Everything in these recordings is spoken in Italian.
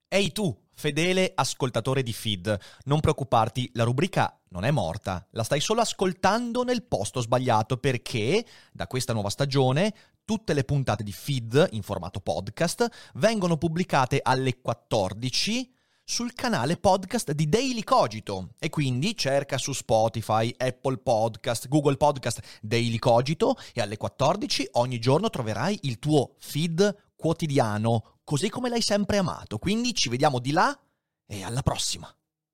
Ehi tu, fedele ascoltatore di Feed, non preoccuparti, la rubrica non è morta, la stai solo ascoltando nel posto sbagliato perché da questa nuova stagione tutte le puntate di Feed in formato podcast vengono pubblicate alle 14 sul canale podcast di Daily Cogito e quindi cerca su Spotify, Apple Podcast, Google Podcast Daily Cogito e alle 14 ogni giorno troverai il tuo feed quotidiano, così come l'hai sempre amato. Quindi ci vediamo di là e alla prossima.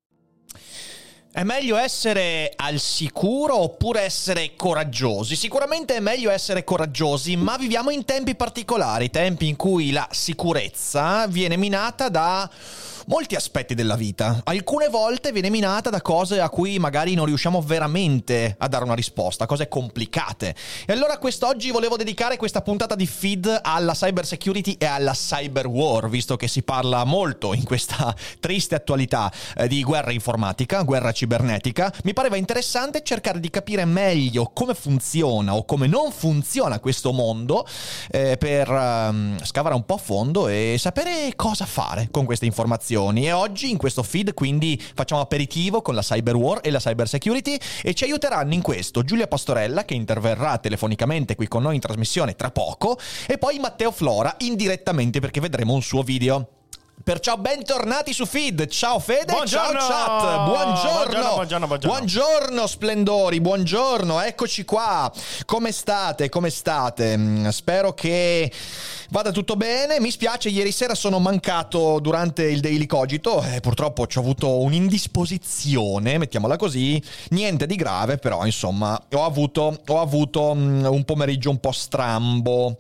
È meglio essere al sicuro oppure essere coraggiosi? Sicuramente è meglio essere coraggiosi, ma viviamo in tempi particolari, tempi in cui la sicurezza viene minata da molti aspetti della vita. Alcune volte viene minata da cose a cui magari non riusciamo veramente a dare una risposta, cose complicate. E allora quest'oggi volevo dedicare questa puntata di Feed alla cyber security e alla cyber war, visto che si parla molto in questa triste attualità di guerra informatica, guerra cibernetica. Mi pareva interessante cercare di capire meglio come funziona o come non funziona questo mondo per scavare un po' a fondo e sapere cosa fare con queste informazioni. E oggi in questo feed quindi facciamo aperitivo con la cyber war e la cyber security e ci aiuteranno in questo Giulia Pastorella, che interverrà telefonicamente qui con noi in trasmissione tra poco, e poi Matteo Flora indirettamente perché vedremo un suo video. Perciò bentornati su Feed. Ciao Fede, buongiorno. Ciao chat, buongiorno. Buongiorno splendori, buongiorno, eccoci qua. Come state? Spero che vada tutto bene. Mi spiace, ieri sera sono mancato durante il Daily Cogito, purtroppo ci ho avuto un'indisposizione, mettiamola così, niente di grave, però insomma ho avuto un pomeriggio un po' strambo.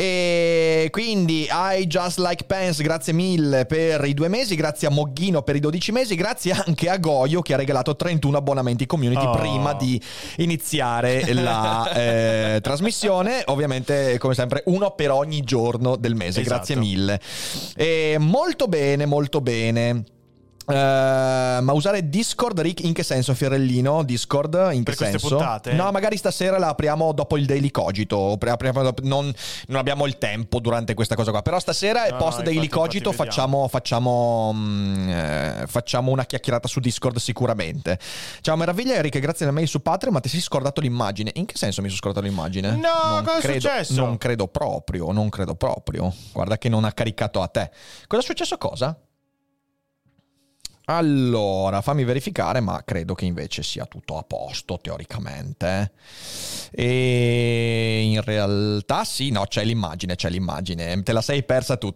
E quindi I Just Like Pants, grazie mille per i 2 mesi, grazie a Mogghino per i 12 mesi, grazie anche a Goio che ha regalato 31 abbonamenti community prima di iniziare la trasmissione, ovviamente come sempre uno per ogni giorno del mese. Esatto. Grazie mille. Molto bene. Ma usare Discord, Rick, in che senso, Fiorellino? Discord, in che senso? Per queste puntate? No, magari stasera la apriamo dopo il Daily Cogito. Non abbiamo il tempo durante questa cosa qua. Però stasera e post Daily Cogito facciamo una chiacchierata su Discord sicuramente. Ciao meraviglia Eric, grazie alla mail su Patreon, ma ti sei scordato l'immagine. In che senso mi sono scordato l'immagine? No, cosa è successo? Non credo proprio. Guarda che non ha caricato a te. Cosa è successo, cosa? Allora, fammi verificare, ma credo che invece sia tutto a posto, teoricamente. E in realtà sì, no, c'è l'immagine. Te la sei persa tu.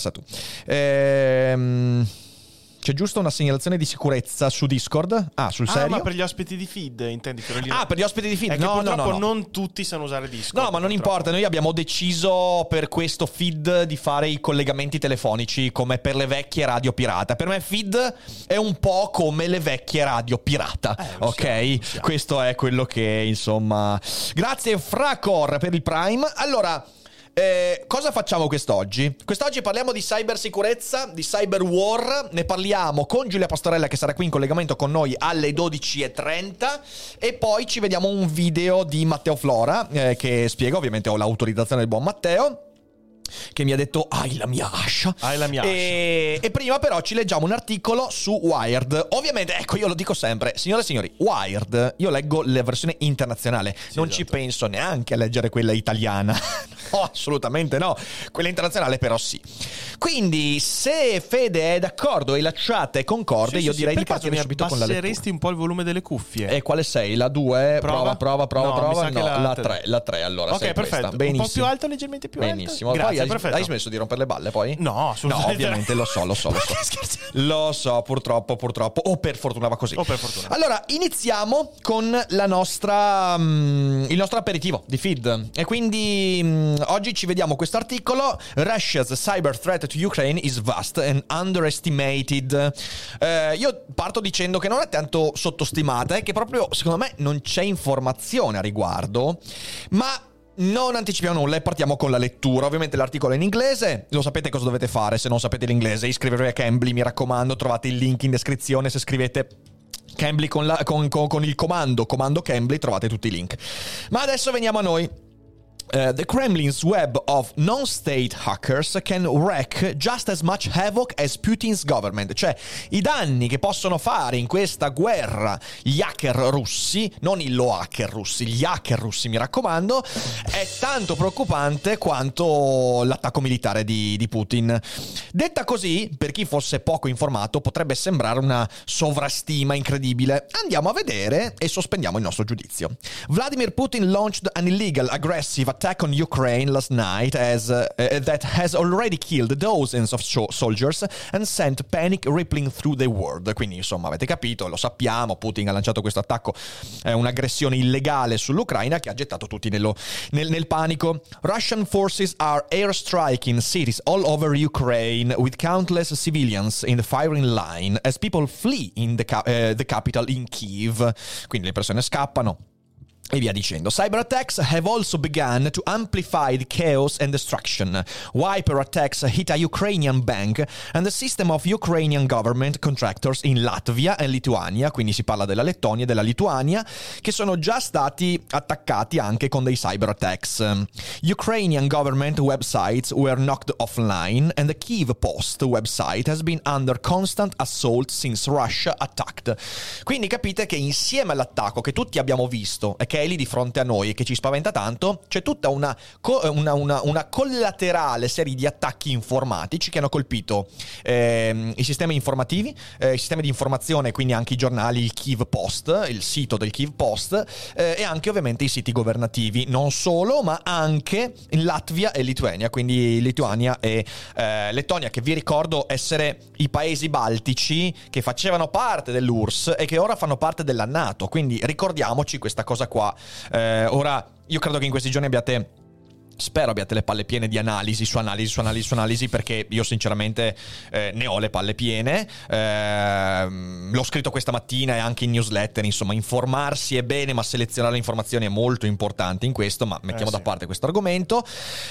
C'è giusto una segnalazione di sicurezza su Discord? Sul serio? Ma per gli ospiti di Feed, intendi? Per gli ospiti di Feed? È che purtroppo non tutti sanno usare Discord. No, ma non importa, noi abbiamo deciso per questo Feed di fare i collegamenti telefonici come per le vecchie radio pirata. Per me Feed è un po' come le vecchie radio pirata, ok? Siamo. Questo è quello che, insomma... Grazie Fracor per il Prime. Allora... cosa facciamo quest'oggi? Quest'oggi parliamo di cybersicurezza, di cyber war. Ne parliamo con Giulia Pastorella che sarà qui in collegamento con noi alle 12:30 e poi ci vediamo un video di Matteo Flora che spiega, ovviamente ho l'autorizzazione del buon Matteo che mi ha detto hai la mia ascia. E prima però ci leggiamo un articolo su Wired. Ovviamente, ecco, io lo dico sempre, signore e signori, Wired, io leggo la versione internazionale, non ci penso neanche a leggere quella italiana. No, assolutamente no. Quella internazionale però sì. Quindi se Fede è d'accordo e la chat è concorde, io direi di partire subito con la lettura. Abbasseresti un po' il volume delle cuffie. E quale sei? La 2? Prova. No, la 3 allora. Ok, perfetto. Benissimo. Un po' più alto, leggermente più alto. Benissimo. Grazie, poi perfetto. hai smesso di rompere le balle poi? No, assolutamente. No, ovviamente lo so. Lo so, purtroppo. O per fortuna va così. Allora, iniziamo con la nostra il nostro aperitivo di Feed. E quindi oggi ci vediamo questo articolo. Russia's cyber threat to Ukraine is vast and underestimated. Io parto dicendo che non è tanto sottostimata, è che proprio secondo me non c'è informazione a riguardo, ma non anticipiamo nulla e partiamo con la lettura. Ovviamente l'articolo è in inglese, lo sapete cosa dovete fare se non sapete l'inglese: iscrivervi a Cambly, mi raccomando, trovate il link in descrizione. Se scrivete Cambly con il comando Cambly trovate tutti i link. Ma adesso veniamo a noi. The Kremlin's web of non-state hackers can wreak just as much havoc as Putin's government. Cioè, i danni che possono fare in questa guerra gli hacker russi, non i low hacker russi, gli hacker russi, mi raccomando, è tanto preoccupante quanto l'attacco militare di Putin. Detta così, per chi fosse poco informato, potrebbe sembrare una sovrastima incredibile. Andiamo a vedere e sospendiamo il nostro giudizio. Vladimir Putin launched an illegal, aggressive attack on Ukraine last night that has already killed dozens of soldiers and sent panic rippling through the world. Quindi insomma avete capito, lo sappiamo, Putin ha lanciato questo attacco, un'aggressione illegale sull'Ucraina che ha gettato tutti nel panico. Russian forces are airstriking cities all over Ukraine with countless civilians in the firing line as people flee in the capital in Kyiv. Quindi le persone scappano. E via dicendo. Cyber attacks have also begun to amplify the chaos and destruction. Wiper attacks hit a Ukrainian bank and the system of Ukrainian government contractors in Latvia and Lituania, quindi si parla della Lettonia e della Lituania, che sono già stati attaccati anche con dei cyber attacks. Ukrainian government websites were knocked offline and the Kyiv Post website has been under constant assault since Russia attacked. Quindi capite che insieme all'attacco che tutti abbiamo visto e che è lì di fronte a noi e che ci spaventa tanto, c'è tutta una collaterale serie di attacchi informatici che hanno colpito i sistemi informativi, i sistemi di informazione, quindi anche i giornali, il Kyiv Post, il sito del Kyiv Post, e anche ovviamente i siti governativi, non solo, ma anche in Latvia e Lituania, quindi Lituania e Lettonia, che vi ricordo essere i paesi baltici che facevano parte dell'URSS e che ora fanno parte della NATO, quindi ricordiamoci questa cosa qua. Ora io credo che in questi giorni spero abbiate le palle piene di analisi su analisi, perché io sinceramente ne ho le palle piene. L'ho scritto questa mattina e anche in newsletter, insomma, informarsi è bene, ma selezionare le informazioni è molto importante in questo, ma mettiamo da parte questo argomento.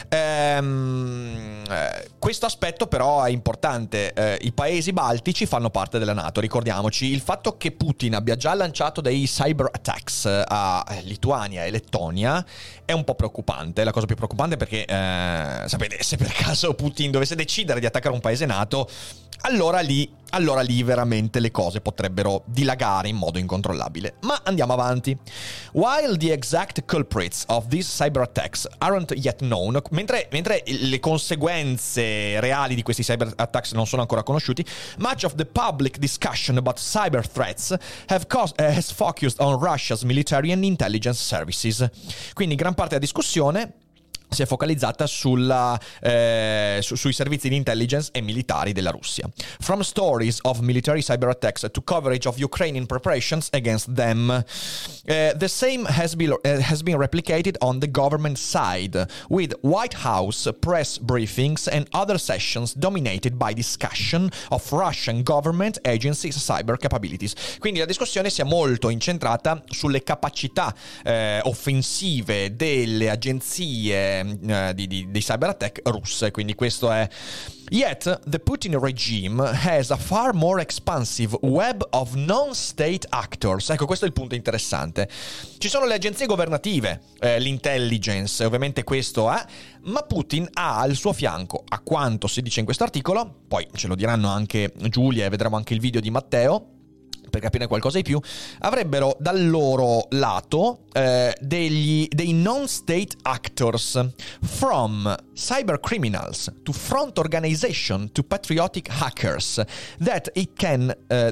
Questo aspetto però è importante. I paesi baltici fanno parte della NATO, ricordiamoci. Il fatto che Putin abbia già lanciato dei cyber attacks a Lituania e Lettonia è un po' preoccupante. La cosa più preoccupante perché sapete, se per caso Putin dovesse decidere di attaccare un paese NATO, allora lì veramente le cose potrebbero dilagare in modo incontrollabile. Ma andiamo avanti. While the exact culprits of these cyber attacks aren't yet known, mentre le conseguenze reali di questi cyber attacks non sono ancora conosciuti, much of the public discussion about cyber threats has focused on Russia's military and intelligence services. Quindi gran parte della discussione si è focalizzata sui servizi di intelligence e militari della Russia. From stories of military cyber attacks to coverage of Ukrainian preparations against them. The same has been replicated on the government side, with White House press briefings and other sessions dominated by discussion of Russian government agencies' cyber capabilities. Quindi la discussione si è molto incentrata sulle capacità offensive delle agenzie di cyber attack russe, quindi questo è. Yet the Putin regime has a far more expansive web of non-state actors. Ecco, questo è il punto interessante. Ci sono le agenzie governative, l'intelligence, ovviamente questo è, ma Putin ha al suo fianco, a quanto si dice in questo articolo, poi ce lo diranno anche Giulia e vedremo anche il video di Matteo per capire qualcosa di più, avrebbero dal loro lato dei non-state actors, from cyber criminals to front organization to patriotic hackers, that it can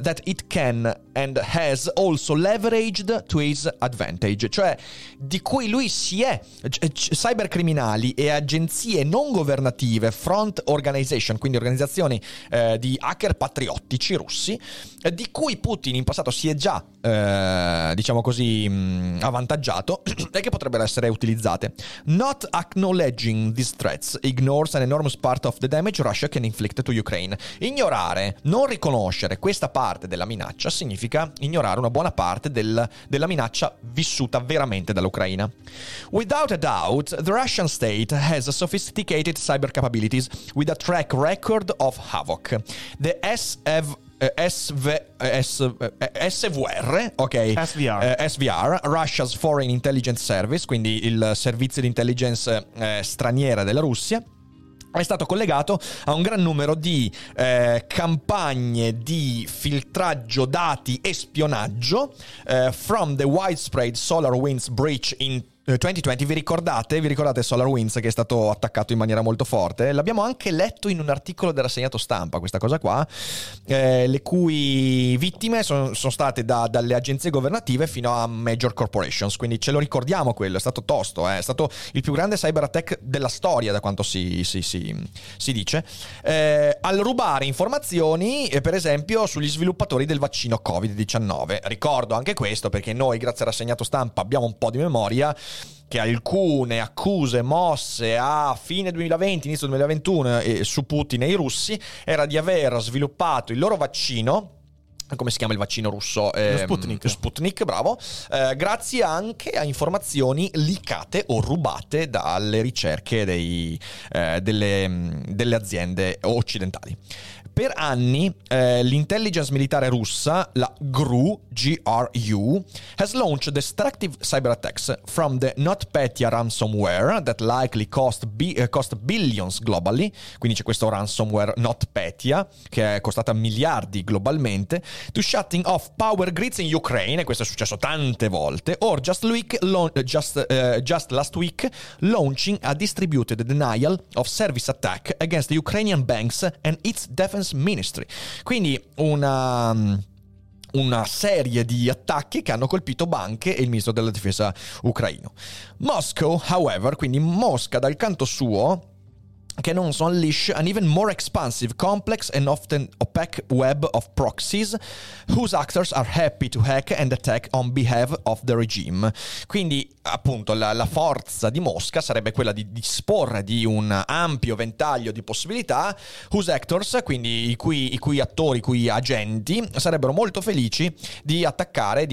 and has also leveraged to his advantage, cioè di cui lui si è cybercriminali e agenzie non governative, front organization, quindi organizzazioni di hacker patriottici russi, di cui Putin in passato si è già diciamo così avvantaggiato e che potrebbero essere utilizzate. Not acknowledging these threats ignores an enormous part of the damage Russia can inflict to Ukraine. Ignorare, non riconoscere questa parte della minaccia significa ignorare una buona parte della minaccia vissuta veramente dall'Ucraina. Without a doubt, the Russian state has sophisticated cyber capabilities with a track record of havoc. The SVR, ok? SVR, Russia's Foreign Intelligence Service, quindi il servizio di intelligence straniera della Russia, è stato collegato a un gran numero di campagne di filtraggio dati e spionaggio from the widespread SolarWinds breach in 2020. Vi ricordate SolarWinds, che è stato attaccato in maniera molto forte? L'abbiamo anche letto in un articolo della Rassegnato Stampa, questa cosa qua, le cui vittime sono state dalle agenzie governative fino a major corporations, quindi ce lo ricordiamo quello, è stato tosto, è stato il più grande cyber attack della storia, da quanto si dice, al rubare informazioni, per esempio, sugli sviluppatori del vaccino Covid-19. Ricordo anche questo perché noi, grazie a Rassegnato Stampa, abbiamo un po' di memoria che alcune accuse mosse a fine 2020, inizio 2021 su Putin e i russi era di aver sviluppato il loro vaccino. Come si chiama il vaccino russo? Sputnik, bravo. Grazie anche a informazioni leakate o rubate dalle ricerche delle aziende occidentali. Per anni l'intelligence militare russa, la GRU, has launched destructive cyber attacks from the NotPetya ransomware that likely cost billions globally. Quindi c'è questo ransomware NotPetya che è costata miliardi globalmente, to shutting off power grids in Ukraine, e questo è successo tante volte, or just last week launching a distributed denial of service attack against the Ukrainian banks and its defense ministry. Quindi una serie di attacchi che hanno colpito banche e il ministro della difesa ucraino. Moscow, however, quindi Mosca dal canto suo, can also unleash an even more expansive, complex and often opaque web of proxies whose actors are happy to hack and attack on behalf of the regime. Quindi appunto la forza di Mosca sarebbe quella di disporre di un ampio ventaglio di possibilità, whose actors, quindi i cui attori, i cui agenti sarebbero molto felici di attaccare,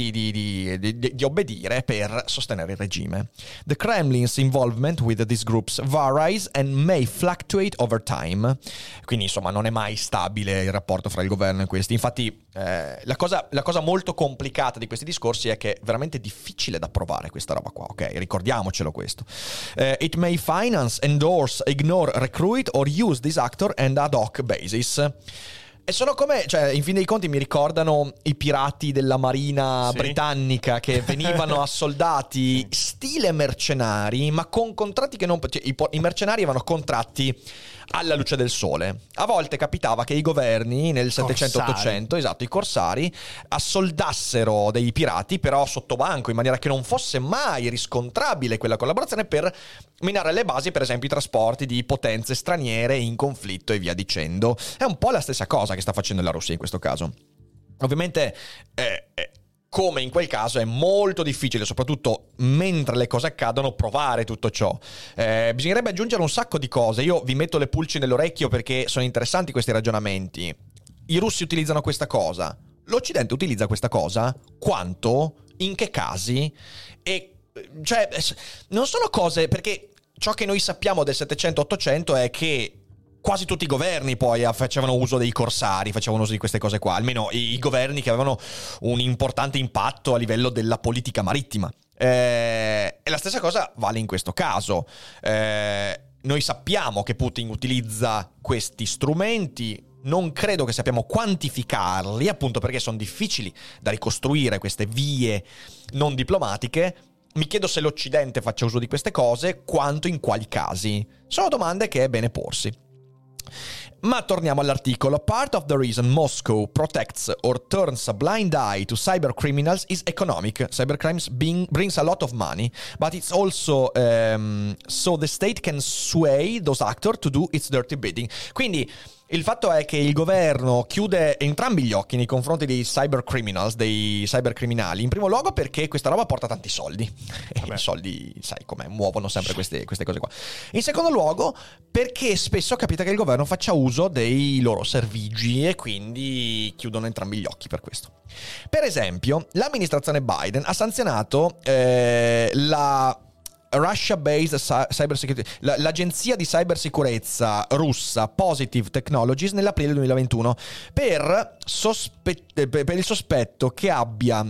di obbedire per sostenere il regime. The Kremlin's involvement with these groups varies and may fluctuate over time. Quindi insomma non è mai stabile il rapporto fra il governo e questi. Infatti la cosa molto complicata di questi discorsi è che è veramente difficile da provare questa roba qua, ok? Ricordiamocelo questo. It may finance, endorse, ignore, recruit or use this actor and ad hoc basis. E sono come, cioè, in fin dei conti mi ricordano i pirati della marina britannica che venivano assoldati stile mercenari, ma con contratti che non... Cioè, i mercenari avevano contratti alla luce del sole. A volte capitava che i governi nel 700-800, esatto, i corsari, assoldassero dei pirati, però sotto banco, in maniera che non fosse mai riscontrabile quella collaborazione, per minare le basi, per esempio i trasporti di potenze straniere in conflitto e via dicendo. È un po' la stessa cosa che sta facendo la Russia in questo caso. Ovviamente come in quel caso è molto difficile, soprattutto mentre le cose accadono, provare tutto ciò. Bisognerebbe aggiungere un sacco di cose. Io vi metto le pulci nell'orecchio perché sono interessanti questi ragionamenti. I russi utilizzano questa cosa. L'Occidente utilizza questa cosa? Quanto? In che casi? E cioè, non sono cose, perché ciò che noi sappiamo del 700-800 è che quasi tutti i governi poi facevano uso dei corsari, facevano uso di queste cose qua, almeno i governi che avevano un importante impatto a livello della politica marittima. E la stessa cosa vale in questo caso. Noi sappiamo che Putin utilizza questi strumenti, non credo che sappiamo quantificarli, appunto perché sono difficili da ricostruire queste vie non diplomatiche. Mi chiedo se l'Occidente faccia uso di queste cose, quanto, in quali casi. Sono domande che è bene porsi. Ma torniamo all'articolo. Part of the reason Moscow protects or turns a blind eye to cyber criminals is economic. Cybercrimes brings a lot of money, but it's also so the state can sway those actors to do its dirty bidding. Quindi il fatto è che il governo chiude entrambi gli occhi nei confronti dei cyber criminals, dei cybercriminali. In primo luogo perché questa roba porta tanti soldi. E i soldi, sai com'è, muovono sempre queste cose qua. In secondo luogo perché spesso capita che il governo faccia uso dei loro servigi e quindi chiudono entrambi gli occhi per questo. Per esempio, l'amministrazione Biden ha sanzionato Russia-based cybersecurity, l'agenzia di cybersicurezza russa Positive Technologies nell'aprile 2021 per il sospetto che abbia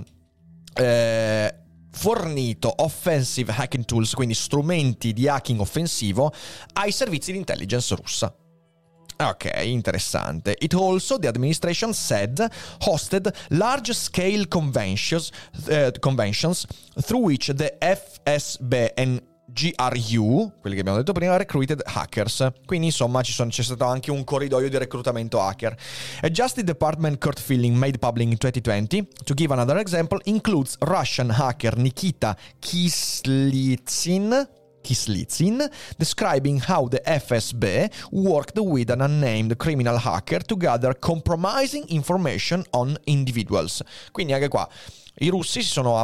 fornito offensive hacking tools, quindi strumenti di hacking offensivo, ai servizi di intelligence russa. Ok, interessante. It also, the administration said, hosted large-scale conventions through which the FSB and GRU, quelli che abbiamo detto prima, recruited hackers. Quindi insomma c'è stato anche un corridoio di reclutamento hacker. A Justice Department court filing made public in 2020, to give another example, includes Russian hacker Nikita Kislitsyn, describing how the FSB worked with an unnamed criminal hacker to gather compromising information on individuals. Quindi anche qua i russi si sono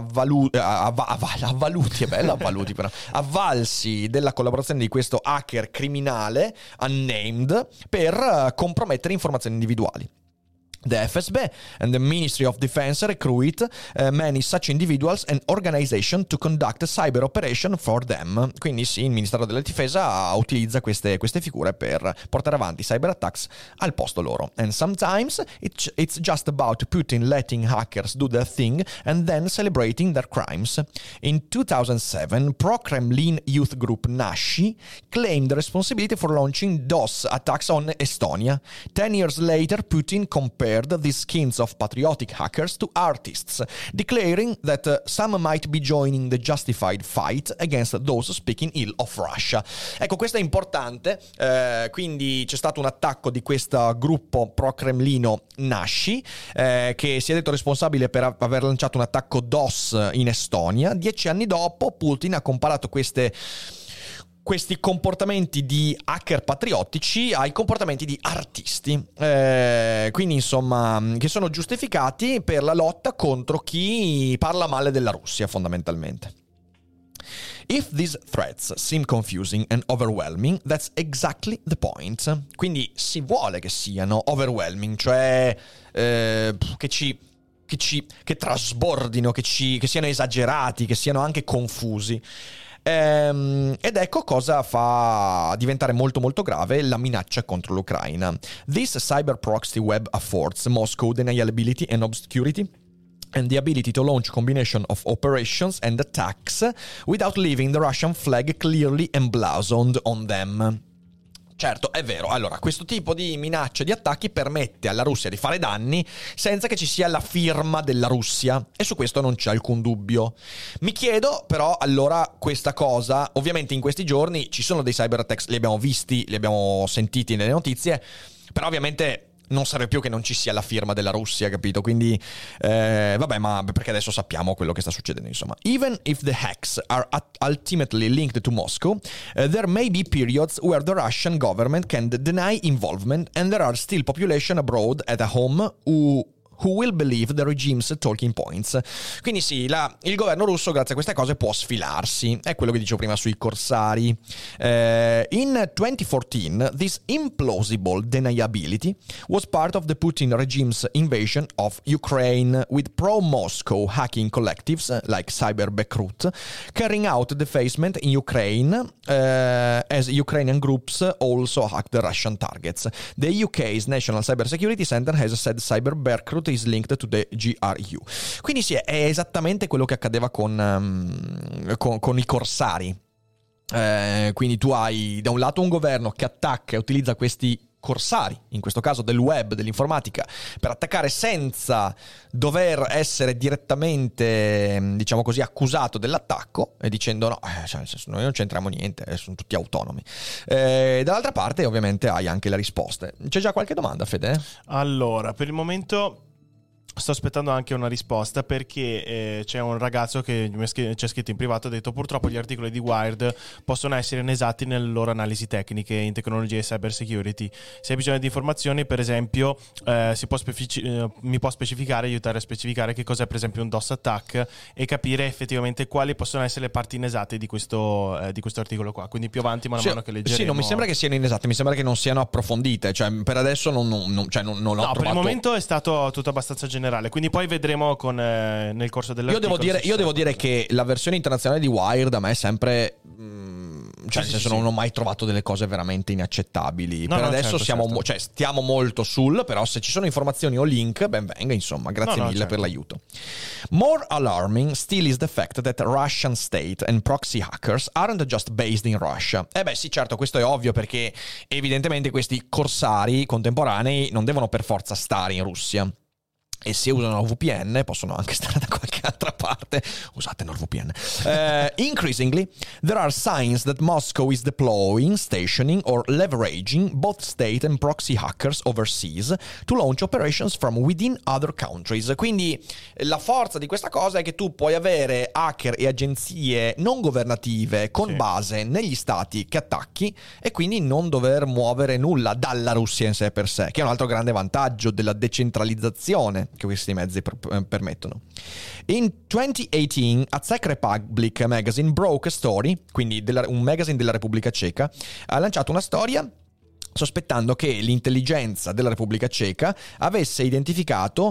avvalsi della collaborazione di questo hacker criminale unnamed per compromettere informazioni individuali. The FSB and the Ministry of Defense recruit many such individuals and organizations to conduct a cyber operation for them. Quindi sì, il Ministero della Difesa utilizza queste figure per portare avanti cyber attacks al posto loro. And sometimes it's just about Putin letting hackers do their thing and then celebrating their crimes. In 2007, pro-Kremlin youth group Nashi claimed the responsibility for launching DOS attacks on Estonia. 10 years later, Putin compared these skins of patriotic hackers to artists, declaring that some might be joining the justified fight against those speaking ill of Russia. Ecco, questo è importante. Quindi c'è stato un attacco di questo gruppo pro-cremlino Nashi, che si è detto responsabile per aver lanciato un attacco DOS in Estonia. 10 anni dopo, Putin ha comparato questi comportamenti di hacker patriottici ai comportamenti di artisti, quindi insomma che sono giustificati per la lotta contro chi parla male della Russia fondamentalmente. If these threats seem confusing and overwhelming, that's exactly the point. Quindi si vuole che siano overwhelming, cioè che trasbordino, che siano esagerati, che siano anche confusi. Ed ecco cosa fa diventare molto molto grave la minaccia contro l'Ucraina. This cyber proxy web affords Moscow deniability and obscurity and the ability to launch combination of operations and attacks without leaving the Russian flag clearly emblazoned on them. Certo, è vero. Allora, questo tipo di minaccia di attacchi permette alla Russia di fare danni senza che ci sia la firma della Russia, e su questo non c'è alcun dubbio. Mi chiedo però, allora, questa cosa, ovviamente in questi giorni ci sono dei cyber attacks, li abbiamo visti, li abbiamo sentiti nelle notizie, però ovviamente non serve più che non ci sia la firma della Russia, capito? Quindi vabbè, ma perché adesso sappiamo quello che sta succedendo, insomma. Even if the hacks are ultimately linked to Moscow, there may be periods where the Russian government can deny involvement, and there are still population abroad at home who will believe the regime's talking points. Quindi sì, il governo russo grazie a queste cose può sfilarsi. È quello che dicevo prima sui corsari. In 2014, this implausible deniability was part of the Putin regime's invasion of Ukraine, with pro-Moscow hacking collectives like Cyber Bekrut carrying out defacement in Ukraine, as Ukrainian groups also hacked the Russian targets. The UK's National Cybersecurity Center has said Cyber Bekrut is linked to the GRU. Quindi sì, è esattamente quello che accadeva con i corsari. Quindi tu hai da un lato un governo che attacca e utilizza questi corsari, in questo caso del web, dell'informatica, per attaccare senza dover essere direttamente, diciamo così, accusato dell'attacco, e dicendo no, cioè, noi non c'entriamo niente, sono tutti autonomi. Dall'altra parte ovviamente hai anche le risposte. C'è già qualche domanda, Fede? Allora, per il momento sto aspettando anche una risposta, perché c'è un ragazzo che ci ha scritto in privato, ha detto: purtroppo gli articoli di Wired possono essere inesatti nelle loro analisi tecniche in tecnologia e cyber security. Se hai bisogno di informazioni, per esempio, mi può aiutare a specificare che cos'è per esempio un DOS attack e capire effettivamente quali possono essere le parti inesatte di questo articolo qua. Quindi più avanti, man mano che leggeremo. Sì, non mi sembra che siano inesatte, mi sembra che non siano approfondite, cioè per adesso non l'ho trovato. Per il momento è stato tutto abbastanza generale generale. Quindi poi vedremo nel corso dell'articolo. Io devo dire che la versione internazionale di Wired a me è sempre cioè nel senso non ho mai trovato delle cose veramente inaccettabili. Per adesso certo. Cioè, stiamo molto sul, però se ci sono informazioni o link, ben venga, insomma, grazie mille per l'aiuto. More alarming still is the fact that Russian state and proxy hackers aren't just based in Russia. Beh sì, certo, questo è ovvio, perché evidentemente questi corsari contemporanei non devono per forza stare in Russia. E se usano VPN possono anche stare da qualche altra parte. Usate NordVPN. Increasingly, there are signs that Moscow is deploying, stationing or leveraging both state and proxy hackers overseas to launch operations from within other countries. Quindi la forza di questa cosa è che tu puoi avere hacker e agenzie non governative con base negli stati che attacchi e quindi non dover muovere nulla dalla Russia in sé per sé, che è un altro grande vantaggio della decentralizzazione che questi mezzi permettono. In 2018, a Czech Republic Magazine broke a story, quindi un magazine della Repubblica Ceca, ha lanciato una storia sospettando che l'intelligenza della Repubblica Ceca avesse identificato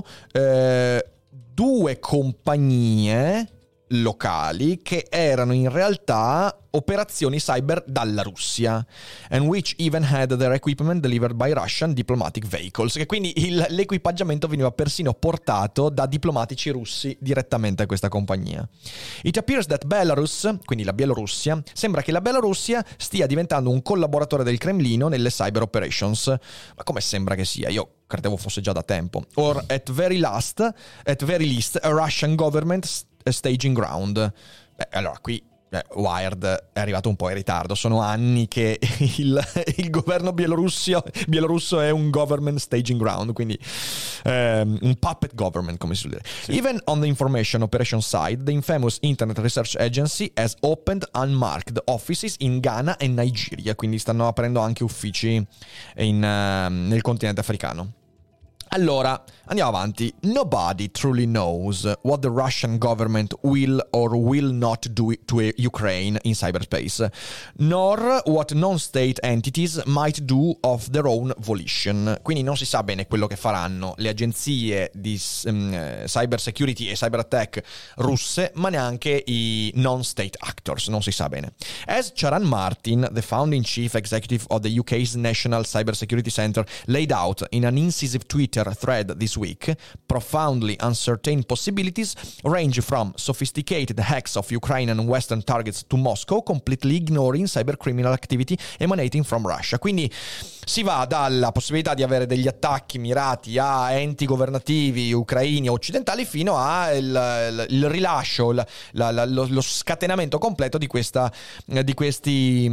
2 compagnie locali che erano in realtà operazioni cyber dalla Russia, and which even had their equipment delivered by Russian diplomatic vehicles, che quindi l'equipaggiamento veniva persino portato da diplomatici russi direttamente a questa compagnia. It appears that Belarus, quindi la Bielorussia, sembra che la Bielorussia stia diventando un collaboratore del Cremlino nelle cyber operations. Ma come sembra che sia? Io credevo fosse già da tempo. Or at very least a Russian government staging ground. Allora qui Wired è arrivato un po' in ritardo. Sono anni che il governo bielorusso è un government staging ground, quindi un puppet government, come si suol dire. Even on the information operation side, the infamous Internet Research Agency has opened unmarked offices in Ghana e Nigeria, quindi stanno aprendo anche uffici nel continente africano. Allora, andiamo avanti. Nobody truly knows what the Russian government will or will not do to Ukraine in cyberspace, nor what non-state entities might do of their own volition. Quindi non si sa bene quello che faranno le agenzie di cyber security e cyber attack russe, ma neanche i non-state actors, non si sa bene. As Charan Martin, the founding chief executive of the UK's National Cyber Security Center, laid out in an incisive Twitter thread this week, profoundly uncertain possibilities range from sophisticated hacks of Ukrainian and Western targets to Moscow, completely ignoring cybercriminal activity emanating from Russia. Quindi si va dalla possibilità di avere degli attacchi mirati a enti governativi ucraini o occidentali fino a il rilascio, lo scatenamento completo di questi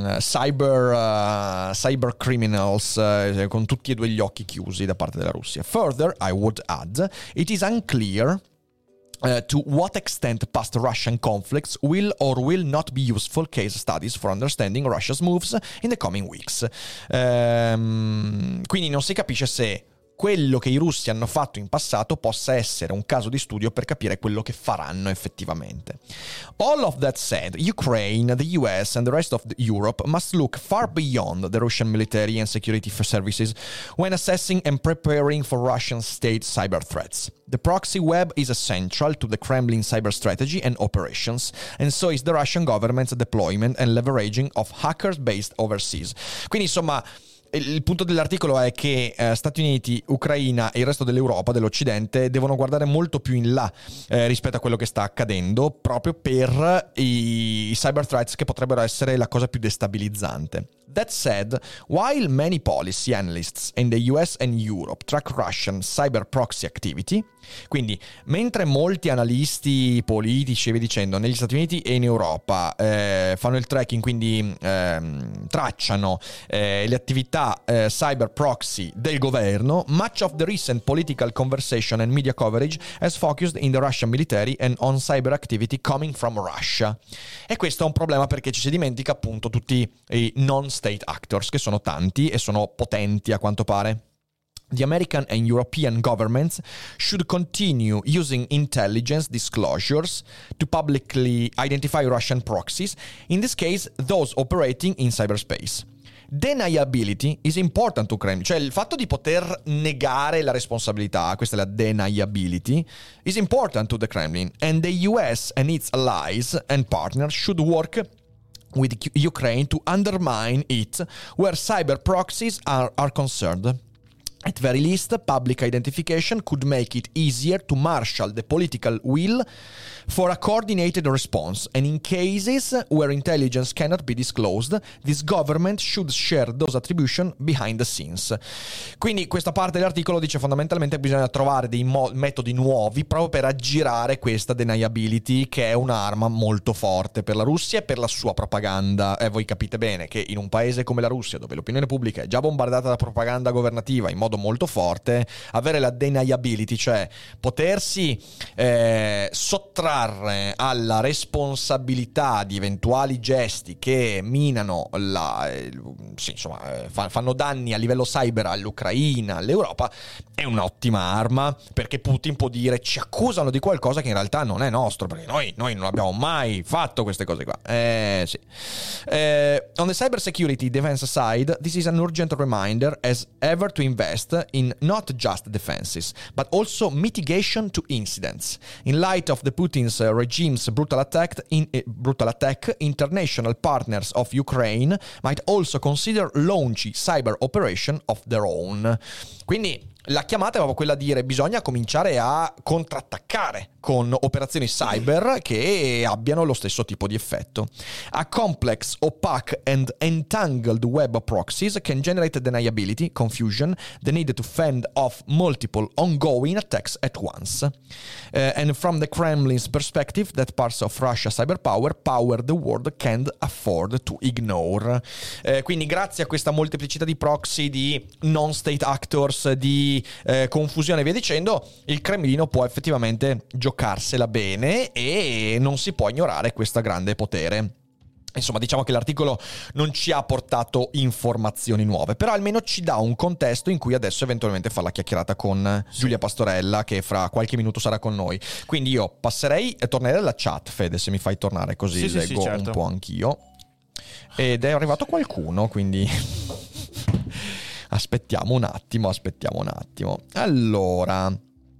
cyber criminals con tutti e 2 gli occhi chiusi da parte della Russia. Further, I would add, it is unclear to what extent past Russian conflicts will or will not be useful case studies for understanding Russia's moves in the coming weeks. Quindi non si capisce se quello che i russi hanno fatto in passato possa essere un caso di studio per capire quello che faranno effettivamente. All of that said, Ukraine, the US and the rest of Europe must look far beyond the Russian military and security services when assessing and preparing for Russian state cyber threats. The proxy web is essential to the Kremlin cyber strategy and operations, and so is the Russian government's deployment and leveraging of hackers based overseas. Quindi insomma, il punto dell'articolo è che Stati Uniti, Ucraina e il resto dell'Europa, dell'Occidente, devono guardare molto più in là rispetto a quello che sta accadendo, proprio per i cyber threats che potrebbero essere la cosa più destabilizzante. That said, while many policy analysts in the US and Europe track Russian cyber proxy activity, quindi mentre molti analisti politici e via dicendo negli Stati Uniti e in Europa fanno il tracking, quindi tracciano le attività cyber proxy del governo, much of the recent political conversation and media coverage has focused in the Russian military and on cyber activity coming from Russia. E questo è un problema perché ci si dimentica appunto tutti i non-state actors, che sono tanti e sono potenti a quanto pare. The American and European governments should continue using intelligence disclosures to publicly identify Russian proxies, in this case, those operating in cyberspace. Deniability is important to Kremlin, cioè il fatto di poter negare la responsabilità, questa è la deniability, is important to the Kremlin, and the US and its allies and partners should work with Ukraine to undermine it where cyber proxies are concerned. At very least, public identification could make it easier to marshal the political will for a coordinated response, and in cases where intelligence cannot be disclosed, this government should share those attributions behind the scenes. Quindi questa parte dell'articolo dice fondamentalmente che bisogna trovare dei metodi nuovi proprio per aggirare questa deniability, che è un'arma molto forte per la Russia e per la sua propaganda. E voi capite bene che in un paese come la Russia, dove l'opinione pubblica è già bombardata da propaganda governativa in modo molto forte, avere la deniability, cioè potersi sottrarre alla responsabilità di eventuali gesti che minano fanno danni a livello cyber all'Ucraina, all'Europa, è un'ottima arma, perché Putin può dire ci accusano di qualcosa che in realtà non è nostro, perché noi non abbiamo mai fatto queste cose qua. Sì. On the cyber security defense side, this is an urgent reminder as ever to invest in not just defenses, but also mitigation to incidents. In light of the Putin's regime's brutal attack, international partners of Ukraine might also consider launching cyber operation of their own. Quindi la chiamata è proprio quella di dire bisogna cominciare a contrattaccare con operazioni cyber che abbiano lo stesso tipo di effetto. A complex, opaque and entangled web of proxies can generate deniability, confusion, the need to fend off multiple ongoing attacks at once. And from the Kremlin's perspective, that parts of Russia's cyber power the world can't afford to ignore. Quindi grazie a questa molteplicità di proxy, di non-state actors, di confusione e via dicendo, il Cremlino può effettivamente giocarsela bene e non si può ignorare questo grande potere. Insomma, diciamo che l'articolo non ci ha portato informazioni nuove, però almeno ci dà un contesto in cui adesso eventualmente fa la chiacchierata con Giulia Pastorella, che fra qualche minuto sarà con noi. Quindi io passerei e tornerei alla chat, Fede, se mi fai tornare, così leggo certo. Un po' anch'io. Ed è arrivato qualcuno, quindi aspettiamo un attimo. Allora,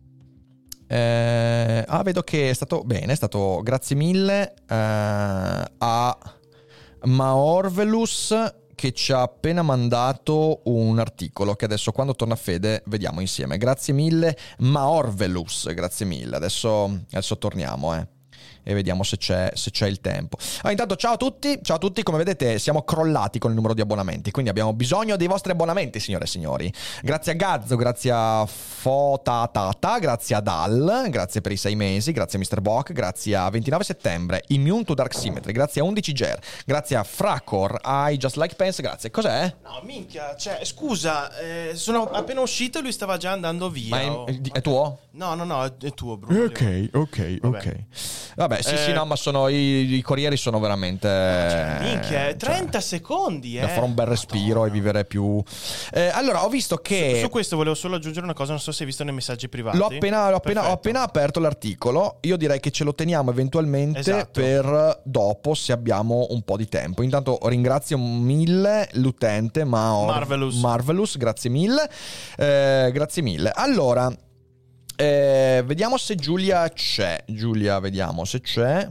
vedo che è stato bene, grazie mille a Maorvelus, che ci ha appena mandato un articolo che adesso, quando torna Fede, vediamo insieme. Grazie mille Maorvelus, grazie mille. Adesso torniamo e vediamo se c'è il tempo. Intanto ciao a tutti, come vedete siamo crollati con il numero di abbonamenti, quindi abbiamo bisogno dei vostri abbonamenti, signore e signori. Grazie a Gazzo, grazie a Fotatata, grazie a Dal, grazie per i 6 mesi, grazie a Mr. Bock, grazie a 29 settembre, Immune to Dark Symmetry, grazie a 11 Ger, grazie a Fracor, I Just Like Pants, grazie. Cos'è? No, minchia, cioè, scusa, sono appena uscito e lui stava già andando via. Ma è tuo? No, è tuo, Bruno. Ok. Vabbè, sì, no, ma i corrieri sono veramente... minchia, 30 secondi, per fare un bel respiro e vivere più... allora, ho visto che... Su questo volevo solo aggiungere una cosa, non so se hai visto nei messaggi privati. Ho appena aperto l'articolo, io direi che ce lo teniamo eventualmente per dopo, se abbiamo un po' di tempo. Intanto ringrazio mille l'utente, Marvelous, grazie mille. Allora... vediamo se Giulia c'è. Vediamo se c'è.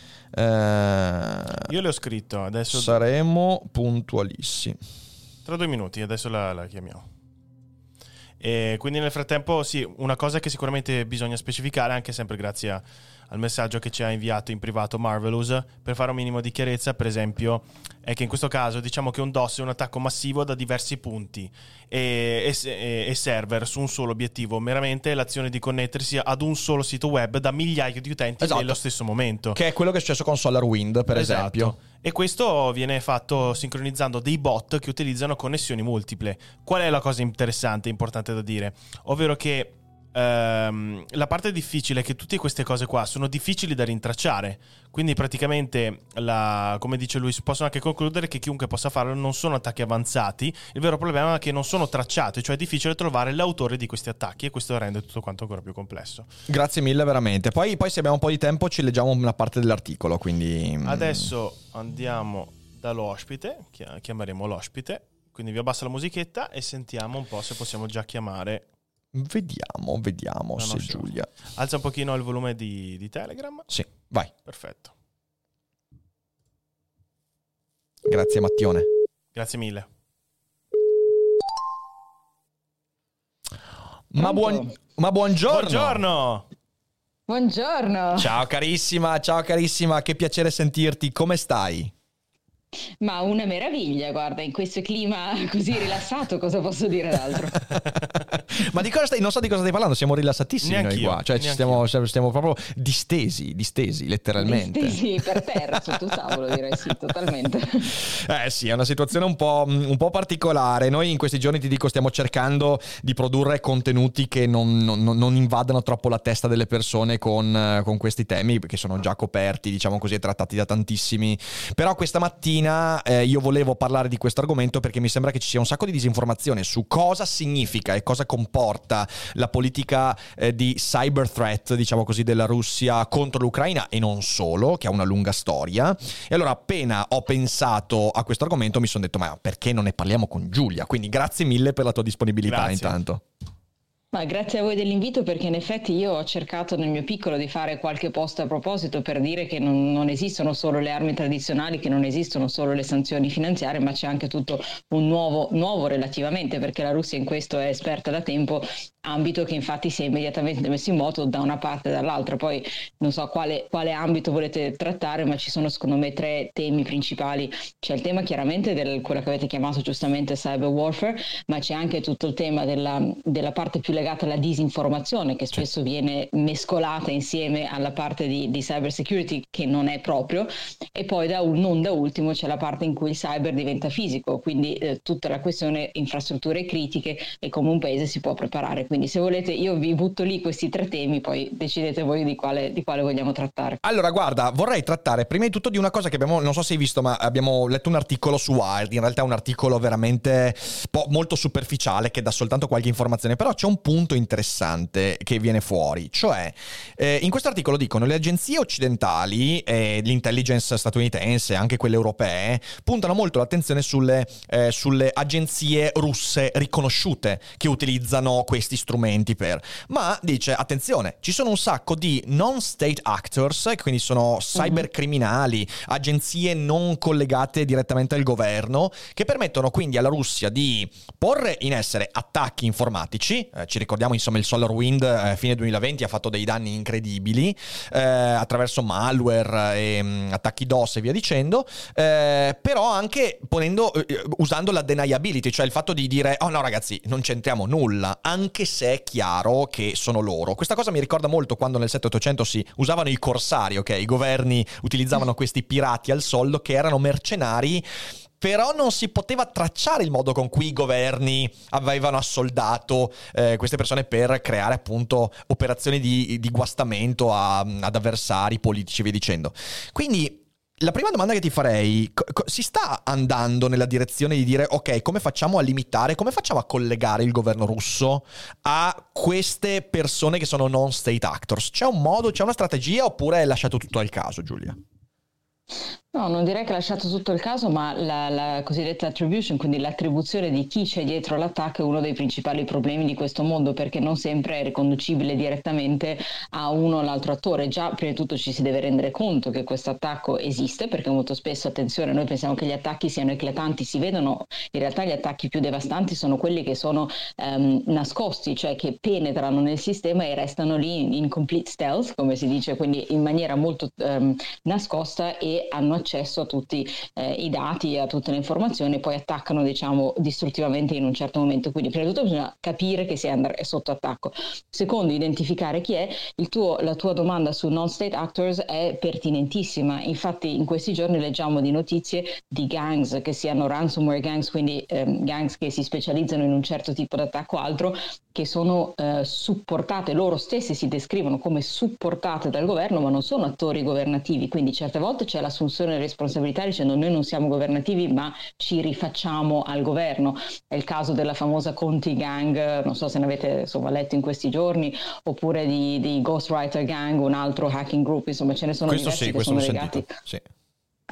Io le ho scritto. Adesso saremo puntualissimi. Tra 2 minuti, adesso la chiamiamo. E quindi nel frattempo, sì, una cosa che sicuramente bisogna specificare, anche sempre grazie al messaggio che ci ha inviato in privato Marvelous, per fare un minimo di chiarezza, per esempio, è che in questo caso diciamo che un DOS è un attacco massivo da diversi punti e server su un solo obiettivo, meramente l'azione di connettersi ad un solo sito web da migliaia di utenti nello stesso momento. Che è quello che è successo con SolarWind, per esempio. E questo viene fatto sincronizzando dei bot che utilizzano connessioni multiple. Qual è la cosa interessante e importante da dire? Ovvero che la parte difficile è che tutte queste cose qua sono difficili da rintracciare, quindi praticamente come dice lui, si possono anche concludere che chiunque possa farlo, non sono attacchi avanzati. Il vero problema è che non sono tracciati, cioè è difficile trovare l'autore di questi attacchi, e questo rende tutto quanto ancora più complesso. Grazie mille veramente. Poi se abbiamo un po' di tempo ci leggiamo una parte dell'articolo, quindi adesso andiamo dall'ospite, chiameremo l'ospite Quindi vi abbasso la musichetta e sentiamo un po' se possiamo già chiamare. Vediamo se Giulia. Alza un pochino il volume di Telegram. Sì, vai. Perfetto. Grazie Mattione. Grazie mille. Ma buongiorno. Buongiorno. Ciao carissima, che piacere sentirti. Come stai? Ma una meraviglia, guarda, in questo clima così rilassato cosa posso dire d'altro? Ma di cosa non so di cosa stai parlando, siamo rilassatissimi noi qua, cioè stiamo proprio distesi letteralmente. Distesi per terra, sotto tavolo direi, sì, totalmente. Sì, è una situazione un po' particolare. Noi in questi giorni, ti dico, stiamo cercando di produrre contenuti che non invadano troppo la testa delle persone con questi temi, che sono già coperti, diciamo così, e trattati da tantissimi. Però questa mattina io volevo parlare di questo argomento perché mi sembra che ci sia un sacco di disinformazione su cosa significa e cosa comporta la politica di cyber threat, diciamo così, della Russia contro l'Ucraina e non solo, che ha una lunga storia. E allora appena ho pensato a questo argomento mi sono detto: ma perché non ne parliamo con Giulia? Quindi grazie mille per la tua disponibilità. Grazie. Intanto. Ma grazie a voi dell'invito, perché in effetti io ho cercato nel mio piccolo di fare qualche post a proposito per dire che non esistono solo le armi tradizionali, che non esistono solo le sanzioni finanziarie, ma c'è anche tutto un nuovo relativamente, perché la Russia in questo è esperta da tempo, ambito che infatti si è immediatamente messo in moto da una parte e dall'altra. Poi non so quale ambito volete trattare, ma ci sono secondo me 3 temi principali. C'è il tema chiaramente quello che avete chiamato giustamente cyber warfare, ma c'è anche tutto il tema della parte più legata alla disinformazione, che spesso viene mescolata insieme alla parte di cyber security, che non è proprio. E poi non da ultimo c'è la parte in cui il cyber diventa fisico, quindi tutta la questione infrastrutture critiche e come un paese si può preparare. Quindi se volete io vi butto lì questi 3 temi, poi decidete voi di quale vogliamo trattare. Allora guarda, vorrei trattare prima di tutto di una cosa che non so se hai visto, ma abbiamo letto un articolo su Wired, in realtà un articolo veramente molto superficiale che dà soltanto qualche informazione, però c'è un punto interessante che viene fuori, cioè in questo articolo dicono: le agenzie occidentali, l'intelligence statunitense, anche quelle europee, puntano molto l'attenzione sulle agenzie russe riconosciute che utilizzano questi strumenti ma dice: attenzione, ci sono un sacco di non-state actors, quindi sono cybercriminali, agenzie non collegate direttamente al governo, che permettono quindi alla Russia di porre in essere attacchi informatici. Ci ricordiamo insomma il SolarWind fine 2020 ha fatto dei danni incredibili attraverso malware e attacchi DOS e via dicendo, però anche usando la deniability, cioè il fatto di dire: oh no ragazzi, non c'entriamo nulla, anche se è chiaro che sono loro. Questa cosa mi ricorda molto quando nel 7-800 si usavano i corsari, ok? I governi utilizzavano questi pirati al soldo che erano mercenari, però non si poteva tracciare il modo con cui i governi avevano assoldato queste persone per creare appunto operazioni di guastamento ad avversari politici e via dicendo. Quindi la prima domanda che ti farei: si sta andando nella direzione di dire ok, come facciamo a limitare, come facciamo a collegare il governo russo a queste persone che sono non-state actors? C'è un modo, c'è una strategia, oppure è lasciato tutto al caso, Giulia? No, non direi che ha lasciato tutto il caso, ma la cosiddetta attribution, quindi l'attribuzione di chi c'è dietro l'attacco, è uno dei principali problemi di questo mondo, perché non sempre è riconducibile direttamente a uno o l'altro attore. Già, prima di tutto ci si deve rendere conto che questo attacco esiste, perché molto spesso, attenzione, noi pensiamo che gli attacchi siano eclatanti, si vedono, in realtà gli attacchi più devastanti sono quelli che sono nascosti, cioè che penetrano nel sistema e restano lì in complete stealth, come si dice, quindi in maniera molto nascosta, e hanno accesso a tutti i dati, a tutte le informazioni, e poi attaccano, diciamo, distruttivamente in un certo momento. Quindi prima di tutto bisogna capire che si è sotto attacco. Secondo, identificare chi è. La tua domanda su non-state actors è pertinentissima. Infatti in questi giorni leggiamo di notizie di gangs, che siano ransomware gangs, quindi gangs che si specializzano in un certo tipo di attacco o altro, che sono supportate, loro stessi si descrivono come supportate dal governo, ma non sono attori governativi. Quindi certe volte c'è l'assunzione di responsabilità dicendo: noi non siamo governativi ma ci rifacciamo al governo. È il caso della famosa Conti Gang, non so se ne avete letto in questi giorni, oppure di Ghostwriter Gang, un altro hacking group, insomma ce ne sono questo diversi sì, che questo sono l'ho legati. Sentito. Sì.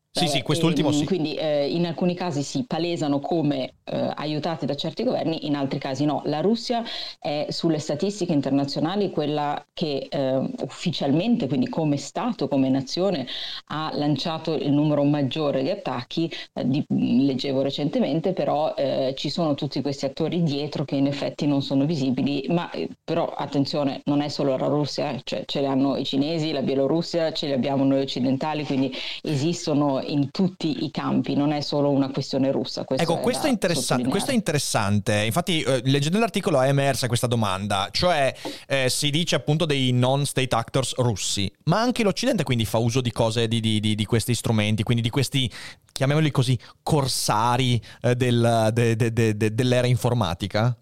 Sì, quest'ultimo sì. Quindi in alcuni casi si palesano come aiutati da certi governi, in altri casi no. La Russia è sulle statistiche internazionali quella che ufficialmente, quindi come Stato, come nazione, ha lanciato il numero maggiore di attacchi. Leggevo recentemente, però ci sono tutti questi attori dietro che in effetti non sono visibili, ma però attenzione, non è solo la Russia, cioè ce li hanno i cinesi, la Bielorussia, ce li abbiamo noi occidentali, quindi esistono in tutti i campi, non è solo una questione russa. Ecco, questo è interessante. Infatti, leggendo l'articolo è emersa questa domanda, cioè si dice appunto dei non-state actors russi, ma anche l'Occidente quindi fa uso di cose, di questi strumenti, quindi di questi, chiamiamoli così, corsari dell'era informatica?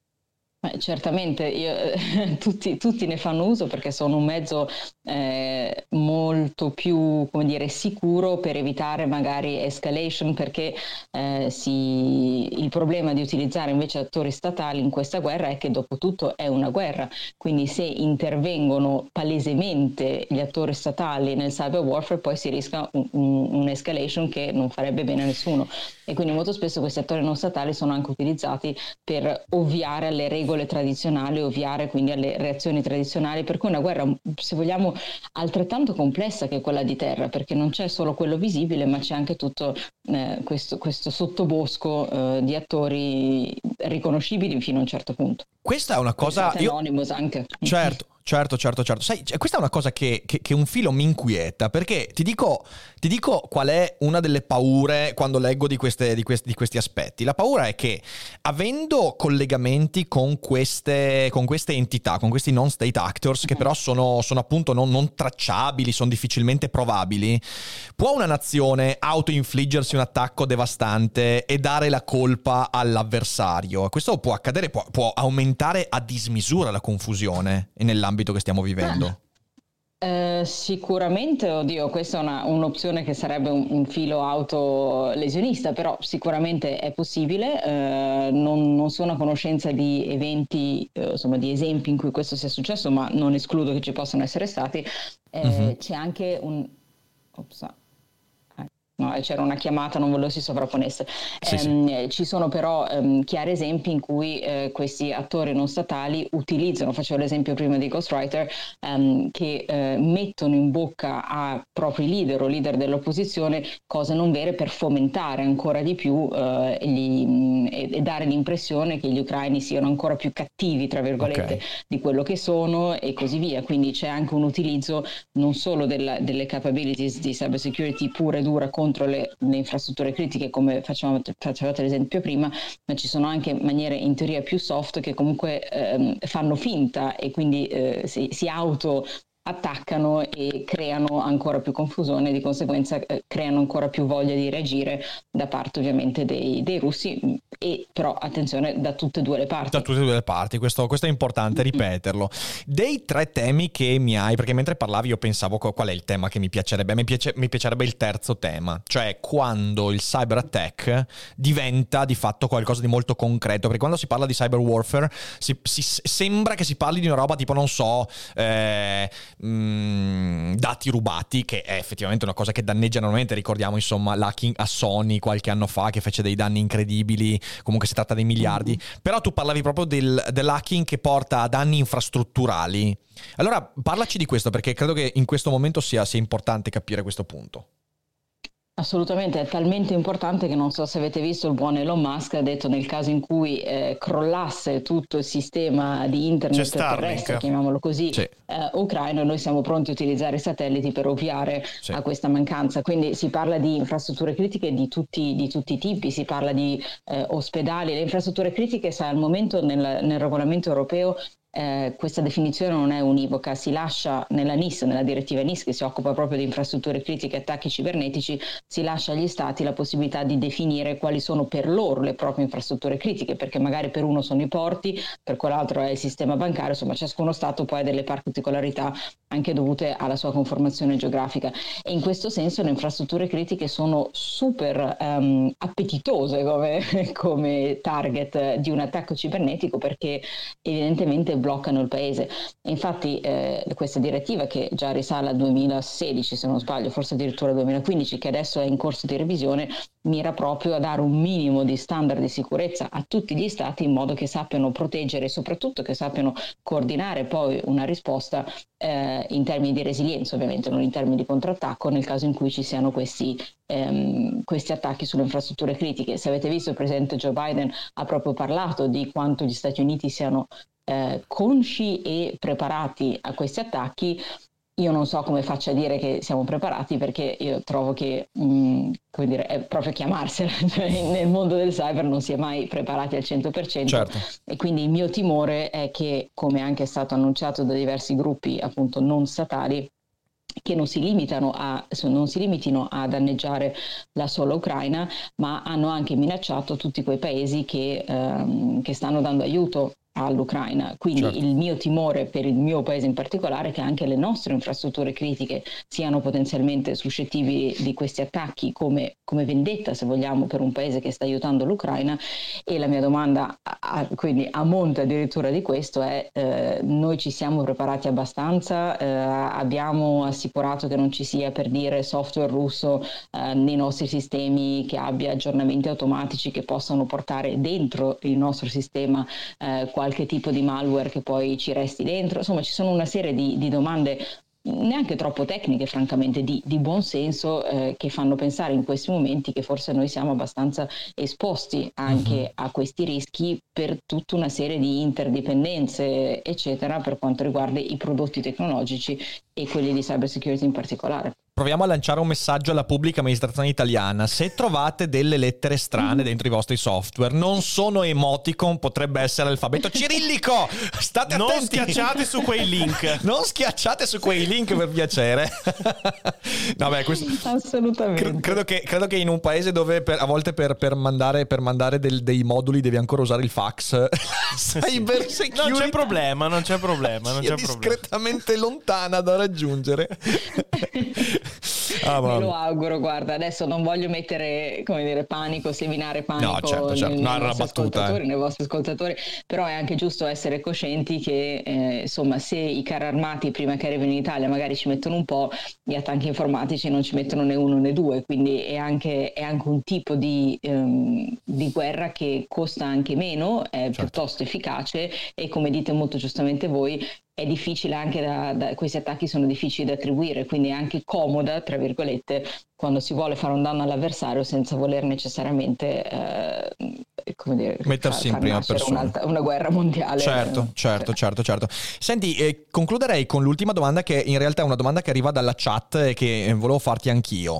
Certamente, tutti ne fanno uso perché sono un mezzo molto più, come dire, sicuro per evitare magari escalation, perché il problema di utilizzare invece attori statali in questa guerra è che dopo tutto è una guerra, quindi se intervengono palesemente gli attori statali nel cyber warfare poi si rischia un'escalation che non farebbe bene a nessuno, e quindi molto spesso questi attori non statali sono anche utilizzati per ovviare alle regole tradizionali, ovviare quindi alle reazioni tradizionali, per cui una guerra, se vogliamo, altrettanto complessa che quella di terra, perché non c'è solo quello visibile, ma c'è anche tutto questo sottobosco di attori riconoscibili fino a un certo punto. Questa è una cosa... Anonymous anche. Certo. Sai, questa è una cosa che un filo mi inquieta, perché ti dico qual è una delle paure quando leggo di questi aspetti. La paura è che, avendo collegamenti con queste entità, con questi non-state actors, che però sono appunto non tracciabili, sono difficilmente provabili, può una nazione auto-infliggersi un attacco devastante e dare la colpa all'avversario. Questo può accadere, può aumentare a dismisura la confusione nell'ambito che stiamo vivendo. Sicuramente, oddio, questa è un'opzione che sarebbe un filo autolesionista, però sicuramente è possibile. Non sono a conoscenza di eventi, insomma, di esempi in cui questo sia successo, ma non escludo che ci possano essere stati. C'è anche No, c'era una chiamata, non volevo si sovrapponesse. Sì. Ci sono però chiari esempi in cui questi attori non statali utilizzano, facevo l'esempio prima di Ghostwriter, che mettono in bocca a propri leader o leader dell'opposizione cose non vere per fomentare ancora di più e dare l'impressione che gli ucraini siano ancora più cattivi, tra virgolette, di quello che sono, e così via. Quindi c'è anche un utilizzo non solo delle capabilities di cyber security pura e dura contro le infrastrutture critiche, come facevate l'esempio prima, ma ci sono anche maniere in teoria più soft che comunque fanno finta e quindi si auto attaccano e creano ancora più confusione, di conseguenza creano ancora più voglia di reagire da parte ovviamente dei russi, e però attenzione da tutte e due le parti. Da tutte e due le parti, questo è importante ripeterlo. Dei tre temi che mi hai, perché mentre parlavi io pensavo qual è il tema che mi piacerebbe, mi piacerebbe il terzo tema, cioè quando il cyber attack diventa di fatto qualcosa di molto concreto, perché quando si parla di cyber warfare sembra che si parli di una roba tipo, non so, dati rubati, che è effettivamente una cosa che danneggia enormemente. Ricordiamo insomma l'hacking a Sony qualche anno fa che fece dei danni incredibili, comunque si tratta dei miliardi. Però tu parlavi proprio dell'hacking che porta a danni infrastrutturali. Allora parlaci di questo, perché credo che in questo momento sia importante capire questo punto. Assolutamente, è talmente importante che non so se avete visto, il buon Elon Musk ha detto nel caso in cui crollasse tutto il sistema di internet terrestre, chiamiamolo così, sì, ucraino, noi siamo pronti a utilizzare i satelliti per ovviare a questa mancanza. Quindi si parla di infrastrutture critiche di tutti i tipi, si parla di ospedali. Le infrastrutture critiche, sai, al momento nel regolamento europeo questa definizione non è univoca, si lascia nella NIS, nella direttiva NIS, che si occupa proprio di infrastrutture critiche e attacchi cibernetici, si lascia agli stati la possibilità di definire quali sono per loro le proprie infrastrutture critiche, perché magari per uno sono i porti, per quell'altro è il sistema bancario, insomma ciascuno stato poi ha delle particolarità anche dovute alla sua conformazione geografica, e in questo senso le infrastrutture critiche sono super appetitose come target di un attacco cibernetico, perché evidentemente bloccano il paese. Infatti questa direttiva, che già risale al 2016 se non sbaglio, forse addirittura 2015, che adesso è in corso di revisione, mira proprio a dare un minimo di standard di sicurezza a tutti gli stati, in modo che sappiano proteggere e soprattutto che sappiano coordinare poi una risposta in termini di resilienza, ovviamente non in termini di contrattacco, nel caso in cui ci siano questi attacchi sulle infrastrutture critiche. Se avete visto, il presidente Joe Biden ha proprio parlato di quanto gli Stati Uniti siano consci e preparati a questi attacchi. Io non so come faccia a dire che siamo preparati, perché io trovo che come dire, è proprio chiamarsela, cioè, nel mondo del cyber non si è mai preparati al 100%. Certo. E quindi il mio timore è che, come anche è stato annunciato da diversi gruppi appunto non statali, che non si limitino a danneggiare la sola Ucraina, ma hanno anche minacciato tutti quei paesi che stanno dando aiuto all'Ucraina. Quindi certo. Il mio timore per il mio paese in particolare è che anche le nostre infrastrutture critiche siano potenzialmente suscettibili di questi attacchi, come vendetta, se vogliamo, per un paese che sta aiutando l'Ucraina. E la mia domanda, quindi a monte addirittura di questo, è noi ci siamo preparati abbastanza? Abbiamo assicurato che non ci sia, per dire, software russo nei nostri sistemi, che abbia aggiornamenti automatici che possano portare dentro il nostro sistema qualche tipo di malware che poi ci resti dentro? Insomma, ci sono una serie di domande neanche troppo tecniche, francamente, di buon senso, che fanno pensare in questi momenti che forse noi siamo abbastanza esposti anche a questi rischi, per tutta una serie di interdipendenze, eccetera, per quanto riguarda i prodotti tecnologici e quelli di cyber security in particolare. Proviamo a lanciare un messaggio alla pubblica amministrazione italiana. Se trovate delle lettere strane dentro i vostri software, non sono emoticon, potrebbe essere l'alfabeto cirillico. State attenti. Non schiacciate su quei link. Non schiacciate su quei link, per piacere. No, beh, questo... Assolutamente. Credo che in un paese dove a volte per mandare dei moduli devi ancora usare il fax. Cyber security. Non c'è problema. È discretamente lontana da raggiungere. Me lo auguro, guarda, adesso non voglio mettere, come dire, panico, seminare panico certo. Nei vostri ascoltatori, però è anche giusto essere coscienti che insomma, se i carri armati prima che arrivino in Italia magari ci mettono un po', gli attacchi informatici non ci mettono né uno né due, quindi è anche un tipo di guerra che costa anche meno, è piuttosto efficace, e come dite molto giustamente voi, è difficile anche questi attacchi sono difficili da attribuire, quindi è anche comoda, tra virgolette, quando si vuole fare un danno all'avversario senza voler necessariamente mettersi in prima persona, una guerra mondiale. Certo. Senti, concluderei con l'ultima domanda, che in realtà è una domanda che arriva dalla chat e che volevo farti anch'io.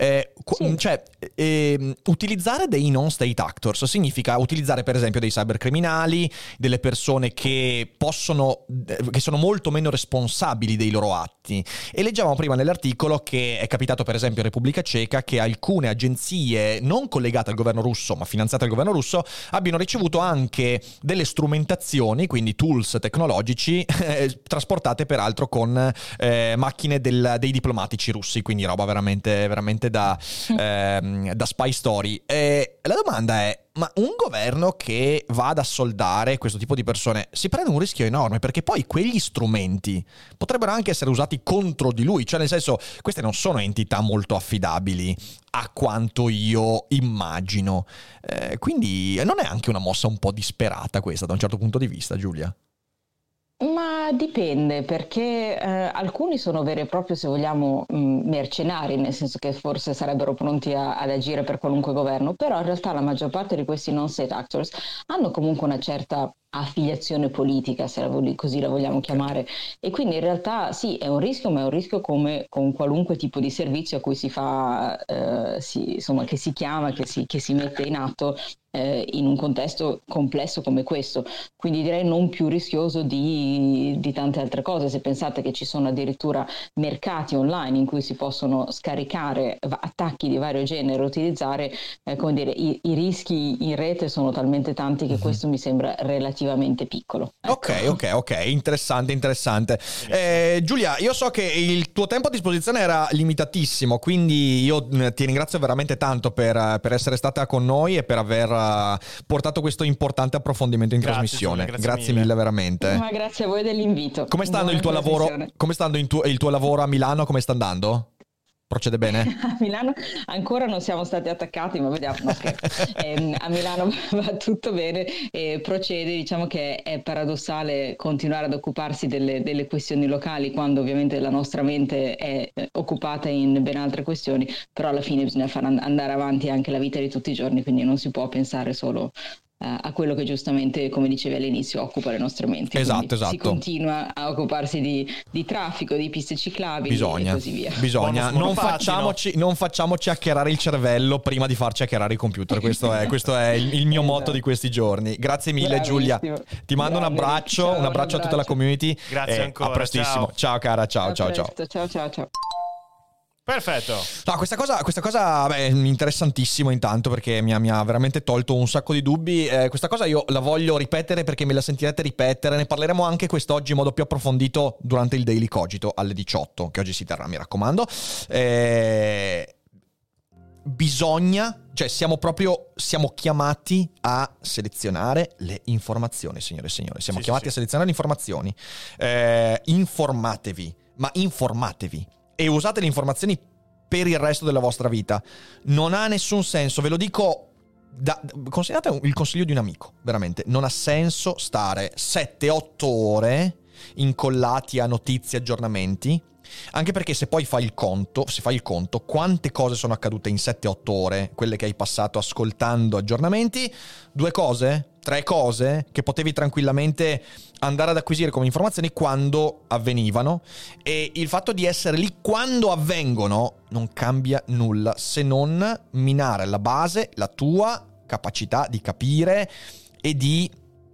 Utilizzare dei non state actors significa utilizzare per esempio dei cybercriminali, delle persone che sono molto meno responsabili dei loro atti. E leggevamo prima nell'articolo che è capitato per esempio in Repubblica Ceca che alcune agenzie non collegate al governo russo ma finanziate dal governo russo abbiano ricevuto anche delle strumentazioni, quindi tools tecnologici trasportate peraltro con macchine dei diplomatici russi, quindi roba veramente, veramente da spy story. La domanda è: ma un governo che va ad assoldare questo tipo di persone si prende un rischio enorme, perché poi quegli strumenti potrebbero anche essere usati contro di lui, cioè nel senso, queste non sono entità molto affidabili a quanto io immagino, quindi non è anche una mossa un po' disperata questa da un certo punto di vista, Giulia? Ma dipende, perché alcuni sono veri e propri, se vogliamo, mercenari, nel senso che forse sarebbero pronti ad agire per qualunque governo, però in realtà la maggior parte di questi non-state actors hanno comunque una certa affiliazione politica, se così la vogliamo chiamare, e quindi in realtà sì, è un rischio, ma è un rischio come con qualunque tipo di servizio a cui si fa, insomma, che si chiama, che si mette in atto in un contesto complesso come questo, quindi direi non più rischioso di tante altre cose. Se pensate che ci sono addirittura mercati online in cui si possono scaricare attacchi di vario genere, utilizzare, come dire, i rischi in rete sono talmente tanti che questo mi sembra relativamente relativamente piccolo. Ecco. Ok, interessante. Giulia, io so che il tuo tempo a disposizione era limitatissimo, quindi io ti ringrazio veramente tanto per essere stata con noi e per aver portato questo importante approfondimento in trasmissione. Giulia, grazie mille veramente. Ma grazie a voi dell'invito. Come sta andando il tuo lavoro? Come sta andando il tuo lavoro a Milano? Come sta andando? Procede bene? A Milano ancora non siamo stati attaccati, ma vediamo. No, a Milano va tutto bene e procede. Diciamo che è paradossale continuare ad occuparsi delle questioni locali quando ovviamente la nostra mente è occupata in ben altre questioni, però alla fine bisogna far andare avanti anche la vita di tutti i giorni, quindi non si può pensare solo a quello che giustamente, come dicevi all'inizio, occupa le nostre menti. Esatto. Si continua a occuparsi di traffico, di piste ciclabili e così via. Bisogna. Non facciamoci hackerare il cervello prima di farci hackerare il computer. Questo è il mio motto di questi giorni. Grazie mille. Bravissimo. Giulia. Ti mando un abbraccio, un abbraccio a tutta la community. Grazie ancora. A prestissimo. Ciao cara, ciao. Ciao. Perfetto. No, questa cosa è interessantissimo intanto perché mi ha veramente tolto un sacco di dubbi. Questa cosa io la voglio ripetere perché me la sentirete ripetere. Ne parleremo anche quest'oggi in modo più approfondito durante il Daily Cogito alle 18, che oggi si terrà, mi raccomando. Siamo chiamati a selezionare le informazioni, signore e signori. Siamo chiamati a selezionare le informazioni. Informatevi e usate le informazioni per il resto della vostra vita. Non ha nessun senso, ve lo dico, considerate il consiglio di un amico, veramente. Non ha senso stare 7-8 ore incollati a notizie, aggiornamenti, anche perché se fai il conto, quante cose sono accadute in 7-8 ore, quelle che hai passato ascoltando aggiornamenti, 2 cose, 3 cose che potevi tranquillamente andare ad acquisire come informazioni quando avvenivano, e il fatto di essere lì quando avvengono non cambia nulla se non minare alla base la tua capacità di capire e di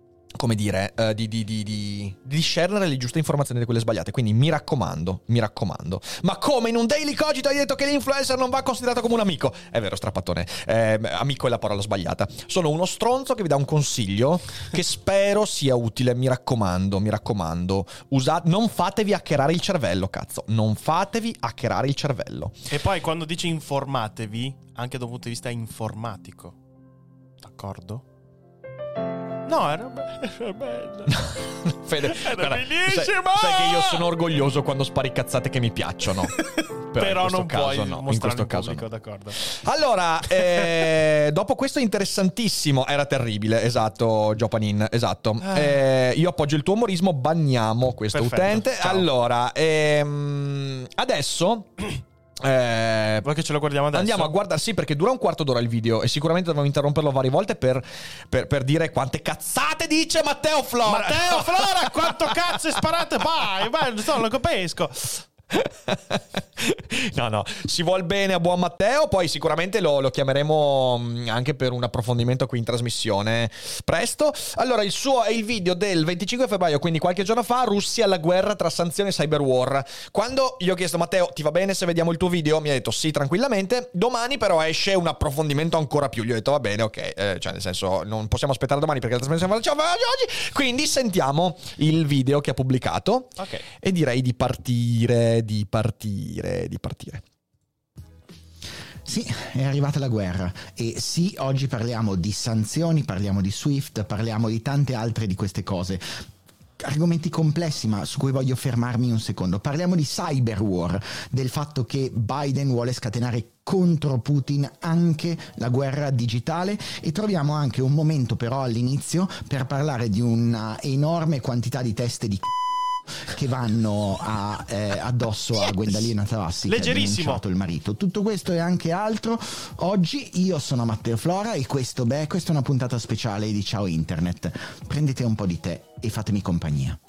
discernere le giuste informazioni da quelle sbagliate. Quindi mi raccomando. Ma come in un Daily Cogito hai detto che l'influencer non va considerato come un amico? È vero, strapattone. Amico è la parola sbagliata. Sono uno stronzo che vi dà un consiglio che spero sia utile. Mi raccomando. Non fatevi hackerare il cervello, cazzo. Non fatevi hackerare il cervello. E poi quando dici informatevi, anche da un punto di vista informatico. D'accordo? No, era bello. Fede, era bellissimo. Sai che io sono orgoglioso quando spari cazzate che mi piacciono. Però non puoi in questo caso no. D'accordo. Allora, dopo questo interessantissimo, era terribile, esatto, Giopanin, esatto. Io appoggio il tuo umorismo, banniamo questo utente. Ciao. Allora, adesso vuoi che ce lo guardiamo adesso? Andiamo a guardare, sì, perché dura un quarto d'ora il video e sicuramente dobbiamo interromperlo varie volte per dire quante cazzate dice Matteo Flora. Matteo Flora, quanto cazzo è sparato? Vai, non lo capisco. No, si vuol bene a buon Matteo. Poi sicuramente lo chiameremo anche per un approfondimento qui in trasmissione presto. Allora, il suo è il video del 25 febbraio, quindi qualche giorno fa. Russia alla guerra tra sanzioni e cyber war. Quando gli ho chiesto: Matteo, ti va bene se vediamo il tuo video? Mi ha detto sì, tranquillamente. Domani però esce un approfondimento ancora più. Gli ho detto va bene, ok, cioè nel senso non possiamo aspettare domani perché la trasmissione facciamo oggi. Quindi sentiamo il video che ha pubblicato, okay. E direi di partire. Sì, è arrivata la guerra e sì, oggi parliamo di sanzioni, parliamo di SWIFT, parliamo di tante altre di queste cose. Argomenti complessi, ma su cui voglio fermarmi un secondo. Parliamo di cyber war, del fatto che Biden vuole scatenare contro Putin anche la guerra digitale, e troviamo anche un momento però all'inizio per parlare di una enorme quantità di teste di che vanno addosso a Gwendalina Tavassi, che ha denunciato il marito. Tutto questo e anche altro oggi. Io sono Matteo Flora e questa è una puntata speciale di Ciao Internet. Prendete un po' di tè e fatemi compagnia.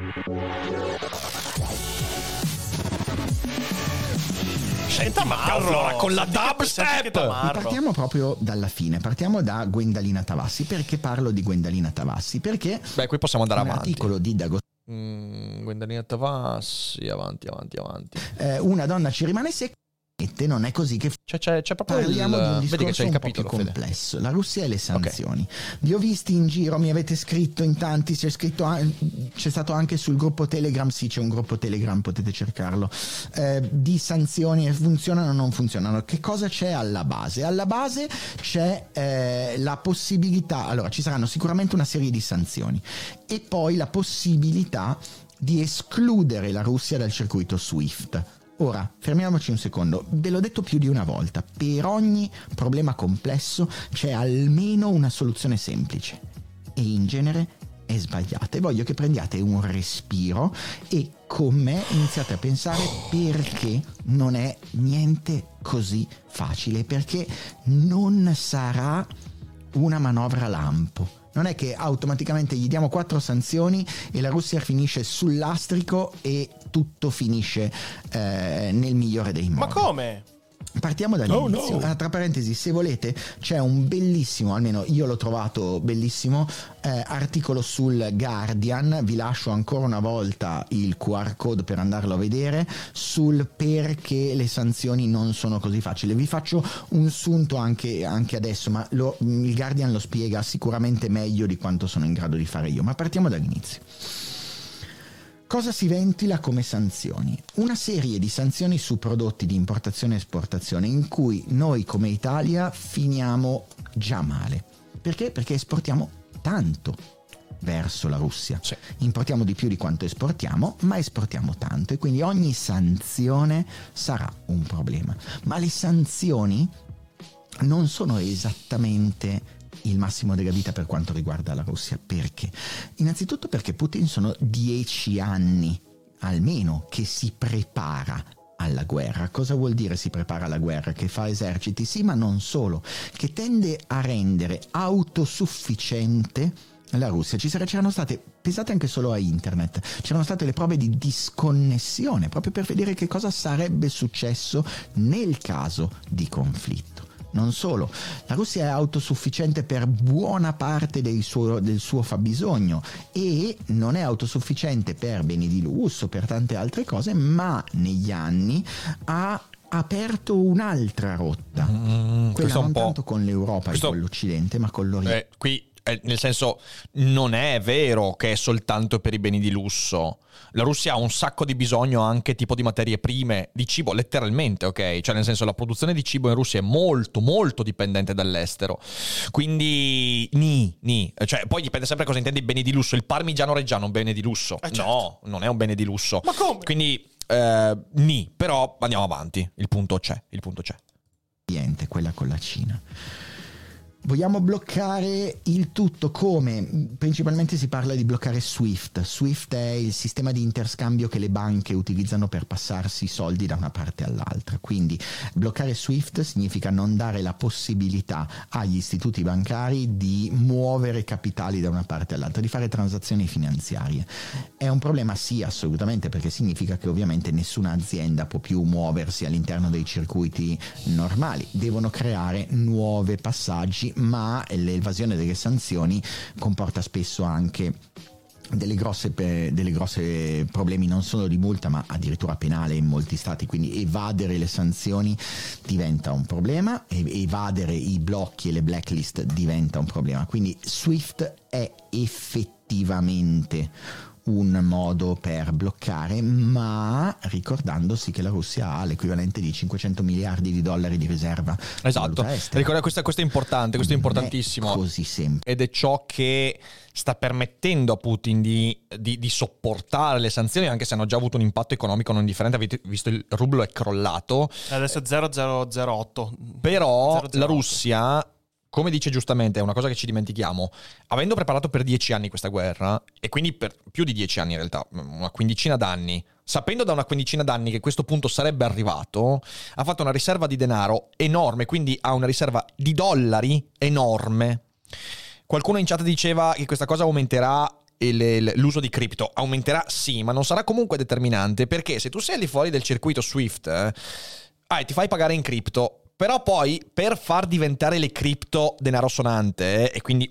Senta Flora con la dubstep. Partiamo proprio dalla fine, partiamo da Gwendalina Tavassi. Perché parlo di Gwendalina Tavassi? Perché qui possiamo andare avanti. Un articolo di D'Agostino. Gwendalina Tavassi, avanti. Una donna ci rimane secca non è così che c'è proprio parliamo di un vedi che discorso c'è il un po' capitolo, più Fede. complesso. La Russia e le sanzioni. Vi ho visti in giro, mi avete scritto in tanti, c'è stato anche sul gruppo Telegram, sì, c'è un gruppo Telegram, potete cercarlo, di sanzioni, funzionano o non funzionano. Che cosa c'è alla base? Alla base c'è la possibilità, allora ci saranno sicuramente una serie di sanzioni e poi la possibilità di escludere la Russia dal circuito SWIFT. Ora, fermiamoci un secondo, ve l'ho detto più di una volta, per ogni problema complesso c'è almeno una soluzione semplice e in genere è sbagliata, e voglio che prendiate un respiro e con me iniziate a pensare perché non è niente così facile, perché non sarà una manovra lampo. Non è che automaticamente gli diamo 4 sanzioni e la Russia finisce sul lastrico e tutto finisce nel migliore dei modi. Ma come? Partiamo dall'inizio. No. Tra parentesi, se volete, c'è un bellissimo, almeno io l'ho trovato bellissimo, articolo sul Guardian. Vi lascio ancora una volta il QR code per andarlo a vedere, sul perché le sanzioni non sono così facili. Vi faccio un sunto anche adesso, ma il Guardian lo spiega sicuramente meglio di quanto sono in grado di fare io. Ma partiamo dall'inizio. Cosa si ventila come sanzioni? Una serie di sanzioni su prodotti di importazione e esportazione in cui noi come Italia finiamo già male. Perché? Perché esportiamo tanto verso la Russia. Sì. Importiamo di più di quanto esportiamo, ma esportiamo tanto e quindi ogni sanzione sarà un problema. Ma le sanzioni non sono esattamente il massimo della vita per quanto riguarda la Russia. Perché? Innanzitutto perché Putin sono 10 anni almeno che si prepara alla guerra. Cosa vuol dire si prepara alla guerra? Che fa eserciti? Sì, ma non solo, che tende a rendere autosufficiente la Russia. C'erano state, pensate anche solo a internet, c'erano state le prove di disconnessione proprio per vedere che cosa sarebbe successo nel caso di conflitto. Non solo, la Russia è autosufficiente per buona parte del suo fabbisogno e non è autosufficiente per beni di lusso, per tante altre cose, ma negli anni ha aperto un'altra rotta, quella non tanto con l'Europa e con l'Occidente, ma con l'Oriente. Nel senso, non è vero che è soltanto per i beni di lusso. La Russia ha un sacco di bisogno anche tipo di materie prime, di cibo, letteralmente, ok? Cioè nel senso, la produzione di cibo in Russia è molto molto dipendente dall'estero. Quindi cioè poi dipende sempre cosa intendi beni di lusso. Il parmigiano reggiano è un bene di lusso? Certo. No, non è un bene di lusso. Ma come? Quindi però andiamo avanti. Il punto c'è. Quella con la Cina. Vogliamo bloccare il tutto come? Principalmente si parla di bloccare SWIFT. SWIFT è il sistema di interscambio che le banche utilizzano per passarsi i soldi da una parte all'altra. Quindi bloccare SWIFT significa non dare la possibilità agli istituti bancari di muovere capitali da una parte all'altra, di fare transazioni finanziarie. È un problema, sì, assolutamente, perché significa che ovviamente nessuna azienda può più muoversi all'interno dei circuiti normali. Devono creare nuovi passaggi, ma l'evasione delle sanzioni comporta spesso anche delle grosse problemi, non solo di multa ma addirittura penale in molti stati. Quindi evadere le sanzioni diventa un problema, evadere i blocchi e le blacklist diventa un problema. Quindi SWIFT è effettivamente un modo per bloccare, ma ricordandosi che la Russia ha l'equivalente di 500 miliardi di dollari di riserva. Esatto, ricorda, questo è importante, questo è importantissimo. È così semplice. Ed è ciò che sta permettendo a Putin di sopportare le sanzioni, anche se hanno già avuto un impatto economico non indifferente. Avete visto, il rublo è crollato. Adesso è 0,008. Però 008. La Russia, come dice giustamente, è una cosa che ci dimentichiamo, avendo preparato per 10 anni questa guerra, e quindi per più di 10 anni in realtà, una quindicina d'anni, sapendo da una quindicina d'anni che questo punto sarebbe arrivato, ha fatto una riserva di denaro enorme, quindi ha una riserva di dollari enorme. Qualcuno in chat diceva che questa cosa aumenterà l'uso di cripto. Aumenterà, sì, ma non sarà comunque determinante, perché se tu sei al di fuori del circuito SWIFT, ti fai pagare in cripto. Però poi per far diventare le cripto denaro sonante e quindi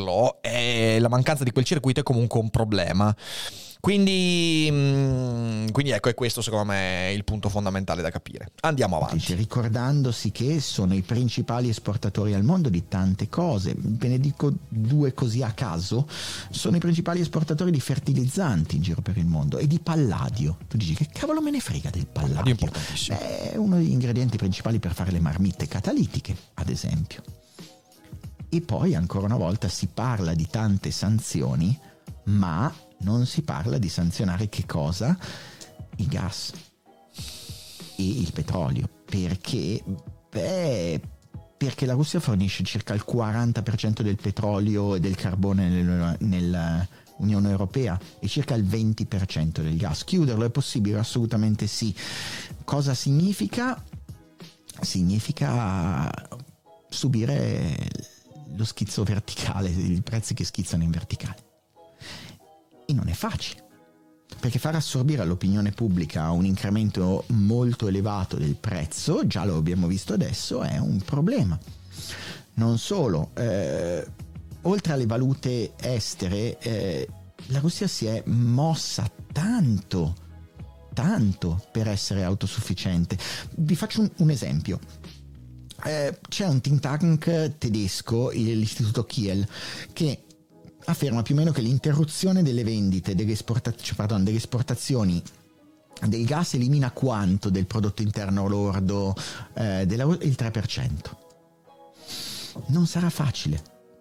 utilizzarlo, la mancanza di quel circuito è comunque un problema. Quindi Quindi ecco, è questo secondo me il punto fondamentale da capire. Andiamo avanti. Dice, ricordandosi che sono i principali esportatori al mondo di tante cose, ve ne dico due così a caso, sono i principali esportatori di fertilizzanti in giro per il mondo e di palladio. Tu dici, che cavolo me ne frega del palladio? È importantissimo. È uno degli ingredienti principali per fare le marmitte catalitiche, ad esempio. E poi ancora una volta si parla di tante sanzioni, ma non si parla di sanzionare che cosa? Il gas e il petrolio. Perché? Perché la Russia fornisce circa il 40% del petrolio e del carbone nell'Unione Europea e circa il 20% del gas. Chiuderlo è possibile? Assolutamente sì. Cosa significa? Significa subire lo schizzo verticale, i prezzi che schizzano in verticale. E non è facile, perché far assorbire all'opinione pubblica un incremento molto elevato del prezzo, già lo abbiamo visto adesso, è un problema. Non solo, oltre alle valute estere, la Russia si è mossa tanto per essere autosufficiente. Vi faccio un esempio. C'è un think tank tedesco, l'Istituto Kiel, che afferma più o meno che l'interruzione delle vendite, delle esportazioni del gas elimina quanto del prodotto interno lordo il 3%. Non sarà facile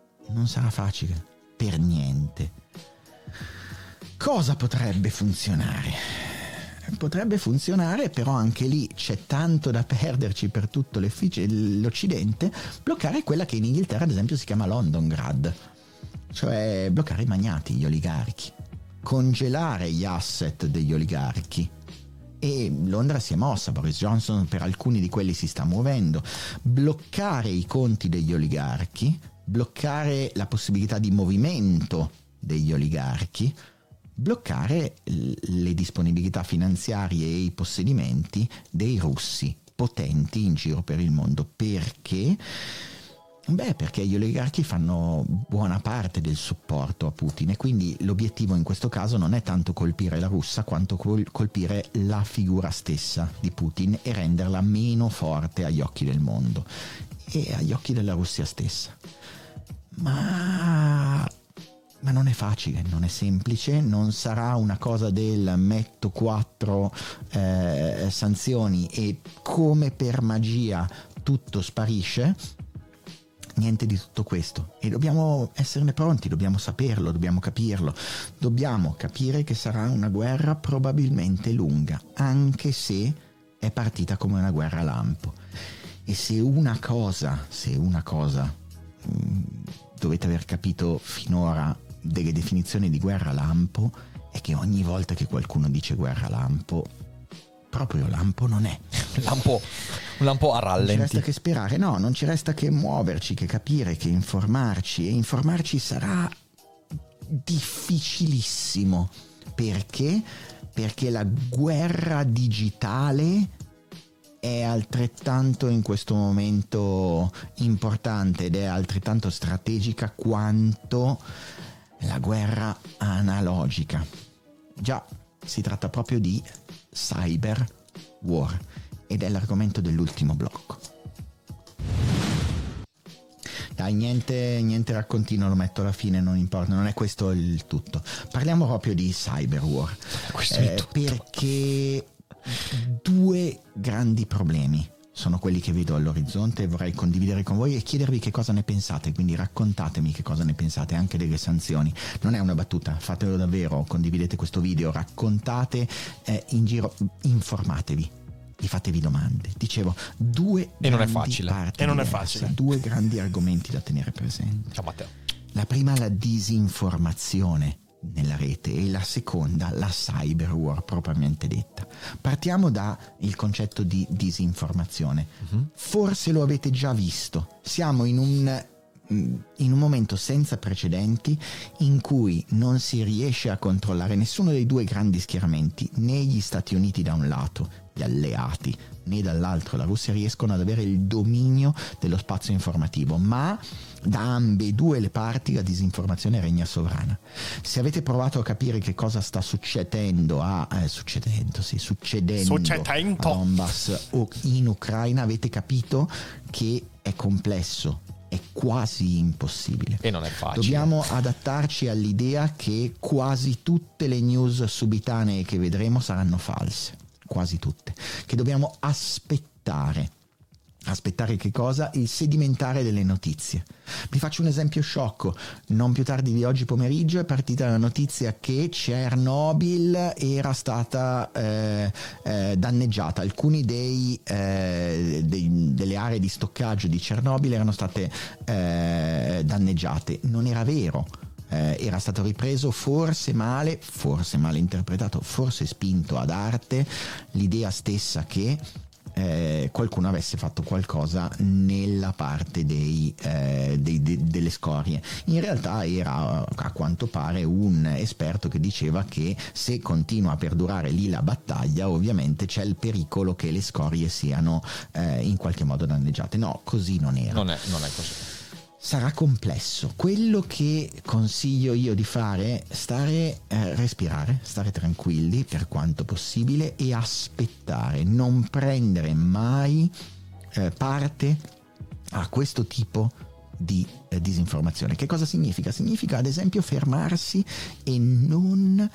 per niente. Cosa potrebbe funzionare? Potrebbe funzionare, però anche lì c'è tanto da perderci per tutto l'Occidente, bloccare quella che in Inghilterra ad esempio si chiama Londongrad, cioè bloccare i magnati, gli oligarchi, congelare gli asset degli oligarchi. E Londra si è mossa, Boris Johnson per alcuni di quelli si sta muovendo, bloccare i conti degli oligarchi, bloccare la possibilità di movimento degli oligarchi, bloccare le disponibilità finanziarie e i possedimenti dei russi potenti in giro per il mondo. Perché? Perché gli oligarchi fanno buona parte del supporto a Putin e quindi l'obiettivo in questo caso non è tanto colpire la Russia quanto colpire la figura stessa di Putin e renderla meno forte agli occhi del mondo e agli occhi della Russia stessa. Ma non è facile, non è semplice, non sarà una cosa del metto 4 sanzioni e come per magia tutto sparisce. Niente di tutto questo, e dobbiamo esserne pronti, dobbiamo saperlo, dobbiamo capirlo, dobbiamo capire che sarà una guerra probabilmente lunga, anche se è partita come una guerra lampo. E se una cosa dovete aver capito finora delle definizioni di guerra lampo, è che ogni volta che qualcuno dice guerra lampo, proprio lampo non è. Un lampo a rallenti. Non ci resta che sperare, no, non ci resta che muoverci, che capire, che informarci, e informarci sarà difficilissimo. Perché? Perché la guerra digitale è altrettanto in questo momento importante ed è altrettanto strategica quanto la guerra analogica. Già, si tratta proprio di cyber war ed è l'argomento dell'ultimo blocco. Dai, niente raccontino, lo metto alla fine, non importa, non è questo il tutto. Parliamo proprio di cyber war, perché due grandi problemi sono quelli che vedo all'orizzonte e vorrei condividere con voi e chiedervi che cosa ne pensate, quindi raccontatemi che cosa ne pensate anche delle sanzioni. Non è una battuta, fatelo davvero, condividete questo video, raccontate in giro, informatevi e fatevi domande. Dicevo, due e non è facile. E non è facile. Due grandi argomenti da tenere presenti. Ciao Matteo. La prima, la disinformazione nella rete, e la seconda, la cyber war propriamente detta. Partiamo da il concetto di disinformazione. Forse lo avete già visto, siamo in un in un momento senza precedenti in cui non si riesce a controllare nessuno dei due grandi schieramenti, né gli Stati Uniti da un lato, gli alleati, né dall'altro la Russia, riescono ad avere il dominio dello spazio informativo, ma da ambedue le parti la disinformazione regna sovrana. Se avete provato a capire che cosa sta succedendo a Donbass o in Ucraina, avete capito che è complesso, è quasi impossibile. E non è facile. Dobbiamo adattarci all'idea che quasi tutte le news subitanee che vedremo saranno false, quasi tutte, che dobbiamo aspettare che cosa? Il sedimentare delle notizie. Vi faccio un esempio sciocco. Non più tardi di oggi pomeriggio è partita la notizia che Chernobyl era stata danneggiata. Alcuni delle aree di stoccaggio di Chernobyl erano state danneggiate. Non era vero. Era stato ripreso forse male interpretato, forse spinto ad arte, l'idea stessa che qualcuno avesse fatto qualcosa nella parte delle scorie. In realtà era, a quanto pare, un esperto che diceva che se continua a perdurare lì la battaglia, ovviamente c'è il pericolo che le scorie siano in qualche modo danneggiate. No, così non era. Non è così. Sarà complesso. Quello che consiglio io di fare è respirare, stare tranquilli per quanto possibile e aspettare, non prendere mai parte a questo tipo di disinformazione. Che cosa significa? Significa ad esempio fermarsi e non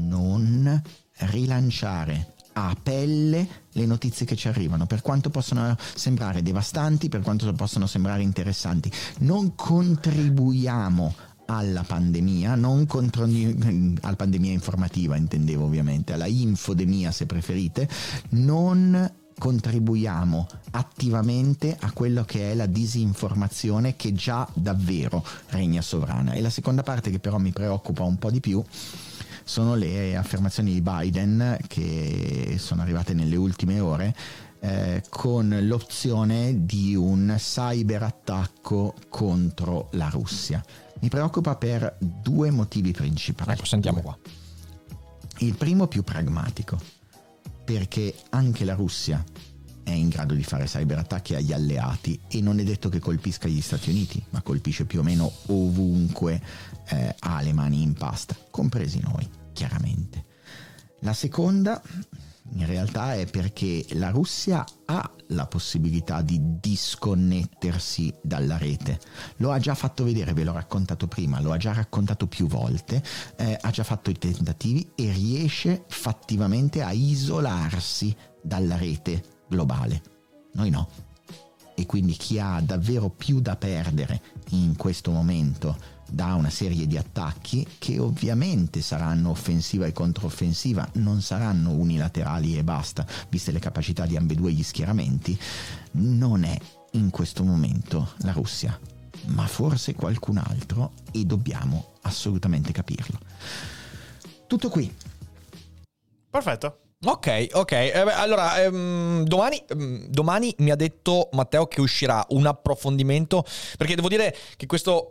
rilanciare a pelle le notizie che ci arrivano, per quanto possono sembrare devastanti, per quanto possono sembrare interessanti. Non contribuiamo alla pandemia, alla pandemia informativa intendevo, ovviamente, alla infodemia se preferite, non contribuiamo attivamente a quello che è la disinformazione che già davvero regna sovrana. E la seconda parte, che però mi preoccupa un po' di più, sono le affermazioni di Biden che sono arrivate nelle ultime ore, con l'opzione di un cyberattacco contro la Russia. Mi preoccupa per due motivi principali. Ecco, sentiamo qua. Il primo, più pragmatico, perché anche la Russia è in grado di fare cyberattacchi agli alleati e non è detto che colpisca gli Stati Uniti, ma colpisce più o meno ovunque ha le mani in pasta, compresi noi, chiaramente. La seconda, in realtà, è perché la Russia ha la possibilità di disconnettersi dalla rete. Lo ha già fatto vedere, ve l'ho raccontato prima, lo ha già raccontato più volte, ha già fatto i tentativi e riesce fattivamente a isolarsi dalla rete globale. Noi no. E quindi chi ha davvero più da perdere in questo momento da una serie di attacchi, che ovviamente saranno offensiva e controffensiva, non saranno unilaterali e basta, viste le capacità di ambedue gli schieramenti, non è in questo momento la Russia, ma forse qualcun altro, e dobbiamo assolutamente capirlo. Tutto qui. Perfetto. Ok. Allora, domani mi ha detto Matteo che uscirà un approfondimento, perché devo dire che questo...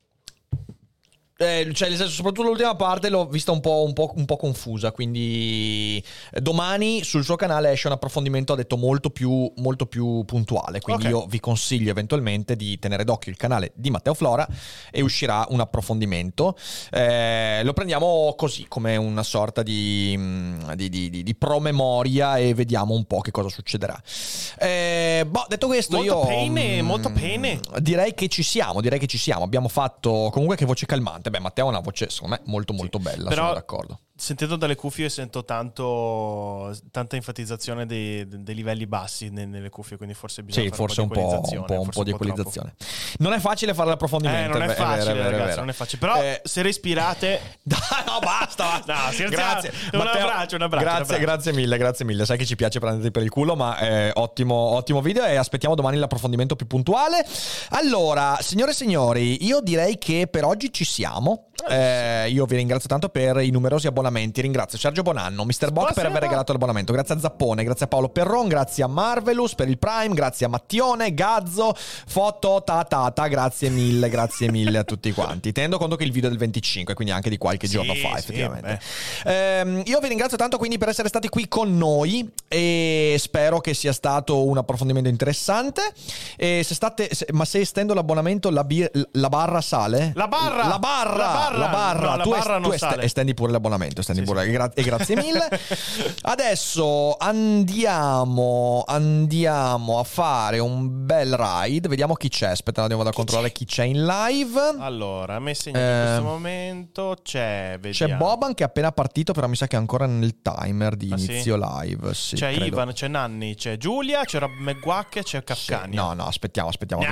soprattutto l'ultima parte l'ho vista un po' confusa, quindi domani sul suo canale esce un approfondimento, ha detto molto più puntuale, quindi io vi consiglio eventualmente di tenere d'occhio il canale di Matteo Flora e uscirà un approfondimento. Lo prendiamo così, come una sorta di promemoria, e vediamo un po' che cosa succederà. Detto questo, molto bene. Direi che ci siamo. Abbiamo fatto, comunque, che voce calmante. Beh, Matteo ha una voce, secondo me, molto bella, però, sono d'accordo. Sentendo dalle cuffie sento tanta enfatizzazione dei livelli bassi nelle cuffie, quindi forse bisogna fare un po' di equalizzazione. Non è facile fare l'approfondimento. Non è facile, ragazzi, non è facile. Però se respirate... no, basta. No, grazie. Un abbraccio. Grazie mille. Sai che ci piace prenderti per il culo, ma ottimo video, e aspettiamo domani l'approfondimento più puntuale. Allora, signore e signori, io direi che per oggi ci siamo. Io vi ringrazio tanto per i numerosi abbonamenti abbonamenti. Ringrazio Sergio Bonanno, Mr. Bock per aver regalato l'abbonamento, grazie a Zappone, grazie a Paolo Perron, grazie a Marvelous per il Prime, grazie a Mattione, Gazzo, Foto Tatata, grazie mille a tutti quanti, tenendo conto che il video è del 25, quindi anche di qualche giorno fa effettivamente. Io vi ringrazio tanto quindi per essere stati qui con noi e spero che sia stato un approfondimento interessante. E se estendo l'abbonamento la barra sale? La barra non sale. Estendi pure l'abbonamento, pure. E grazie mille. Adesso andiamo a fare un bel ride, vediamo chi c'è. Aspetta, andiamo a controllare chi c'è in live. Allora, a me segna in questo momento c'è Boban che è appena partito, però mi sa che è ancora nel timer di inizio live. Sì, c'è credo. Ivan, c'è Nanni, c'è Giulia, c'è Rob McGuack e c'è Kafkania. No, aspettiamo.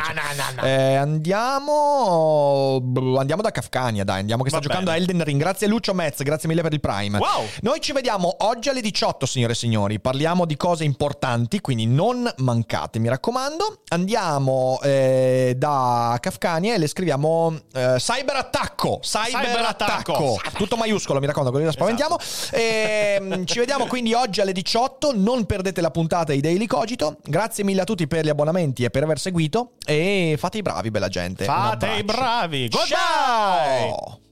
Andiamo da Kafkania, dai, andiamo che sta giocando a Elden Ring. Grazie Lucio Metz, grazie mille per il Prime. Wow. Noi ci vediamo oggi alle 18, signore e signori. Parliamo di cose importanti, quindi non mancate, mi raccomando. Andiamo da Kafkania e le scriviamo cyberattacco. Tutto maiuscolo, mi raccomando, così la spaventiamo. Ci vediamo quindi oggi alle 18. Non perdete la puntata di Daily Cogito. Grazie mille a tutti per gli abbonamenti e per aver seguito. E fate i bravi, bella gente. Fate i bravi. Ciao!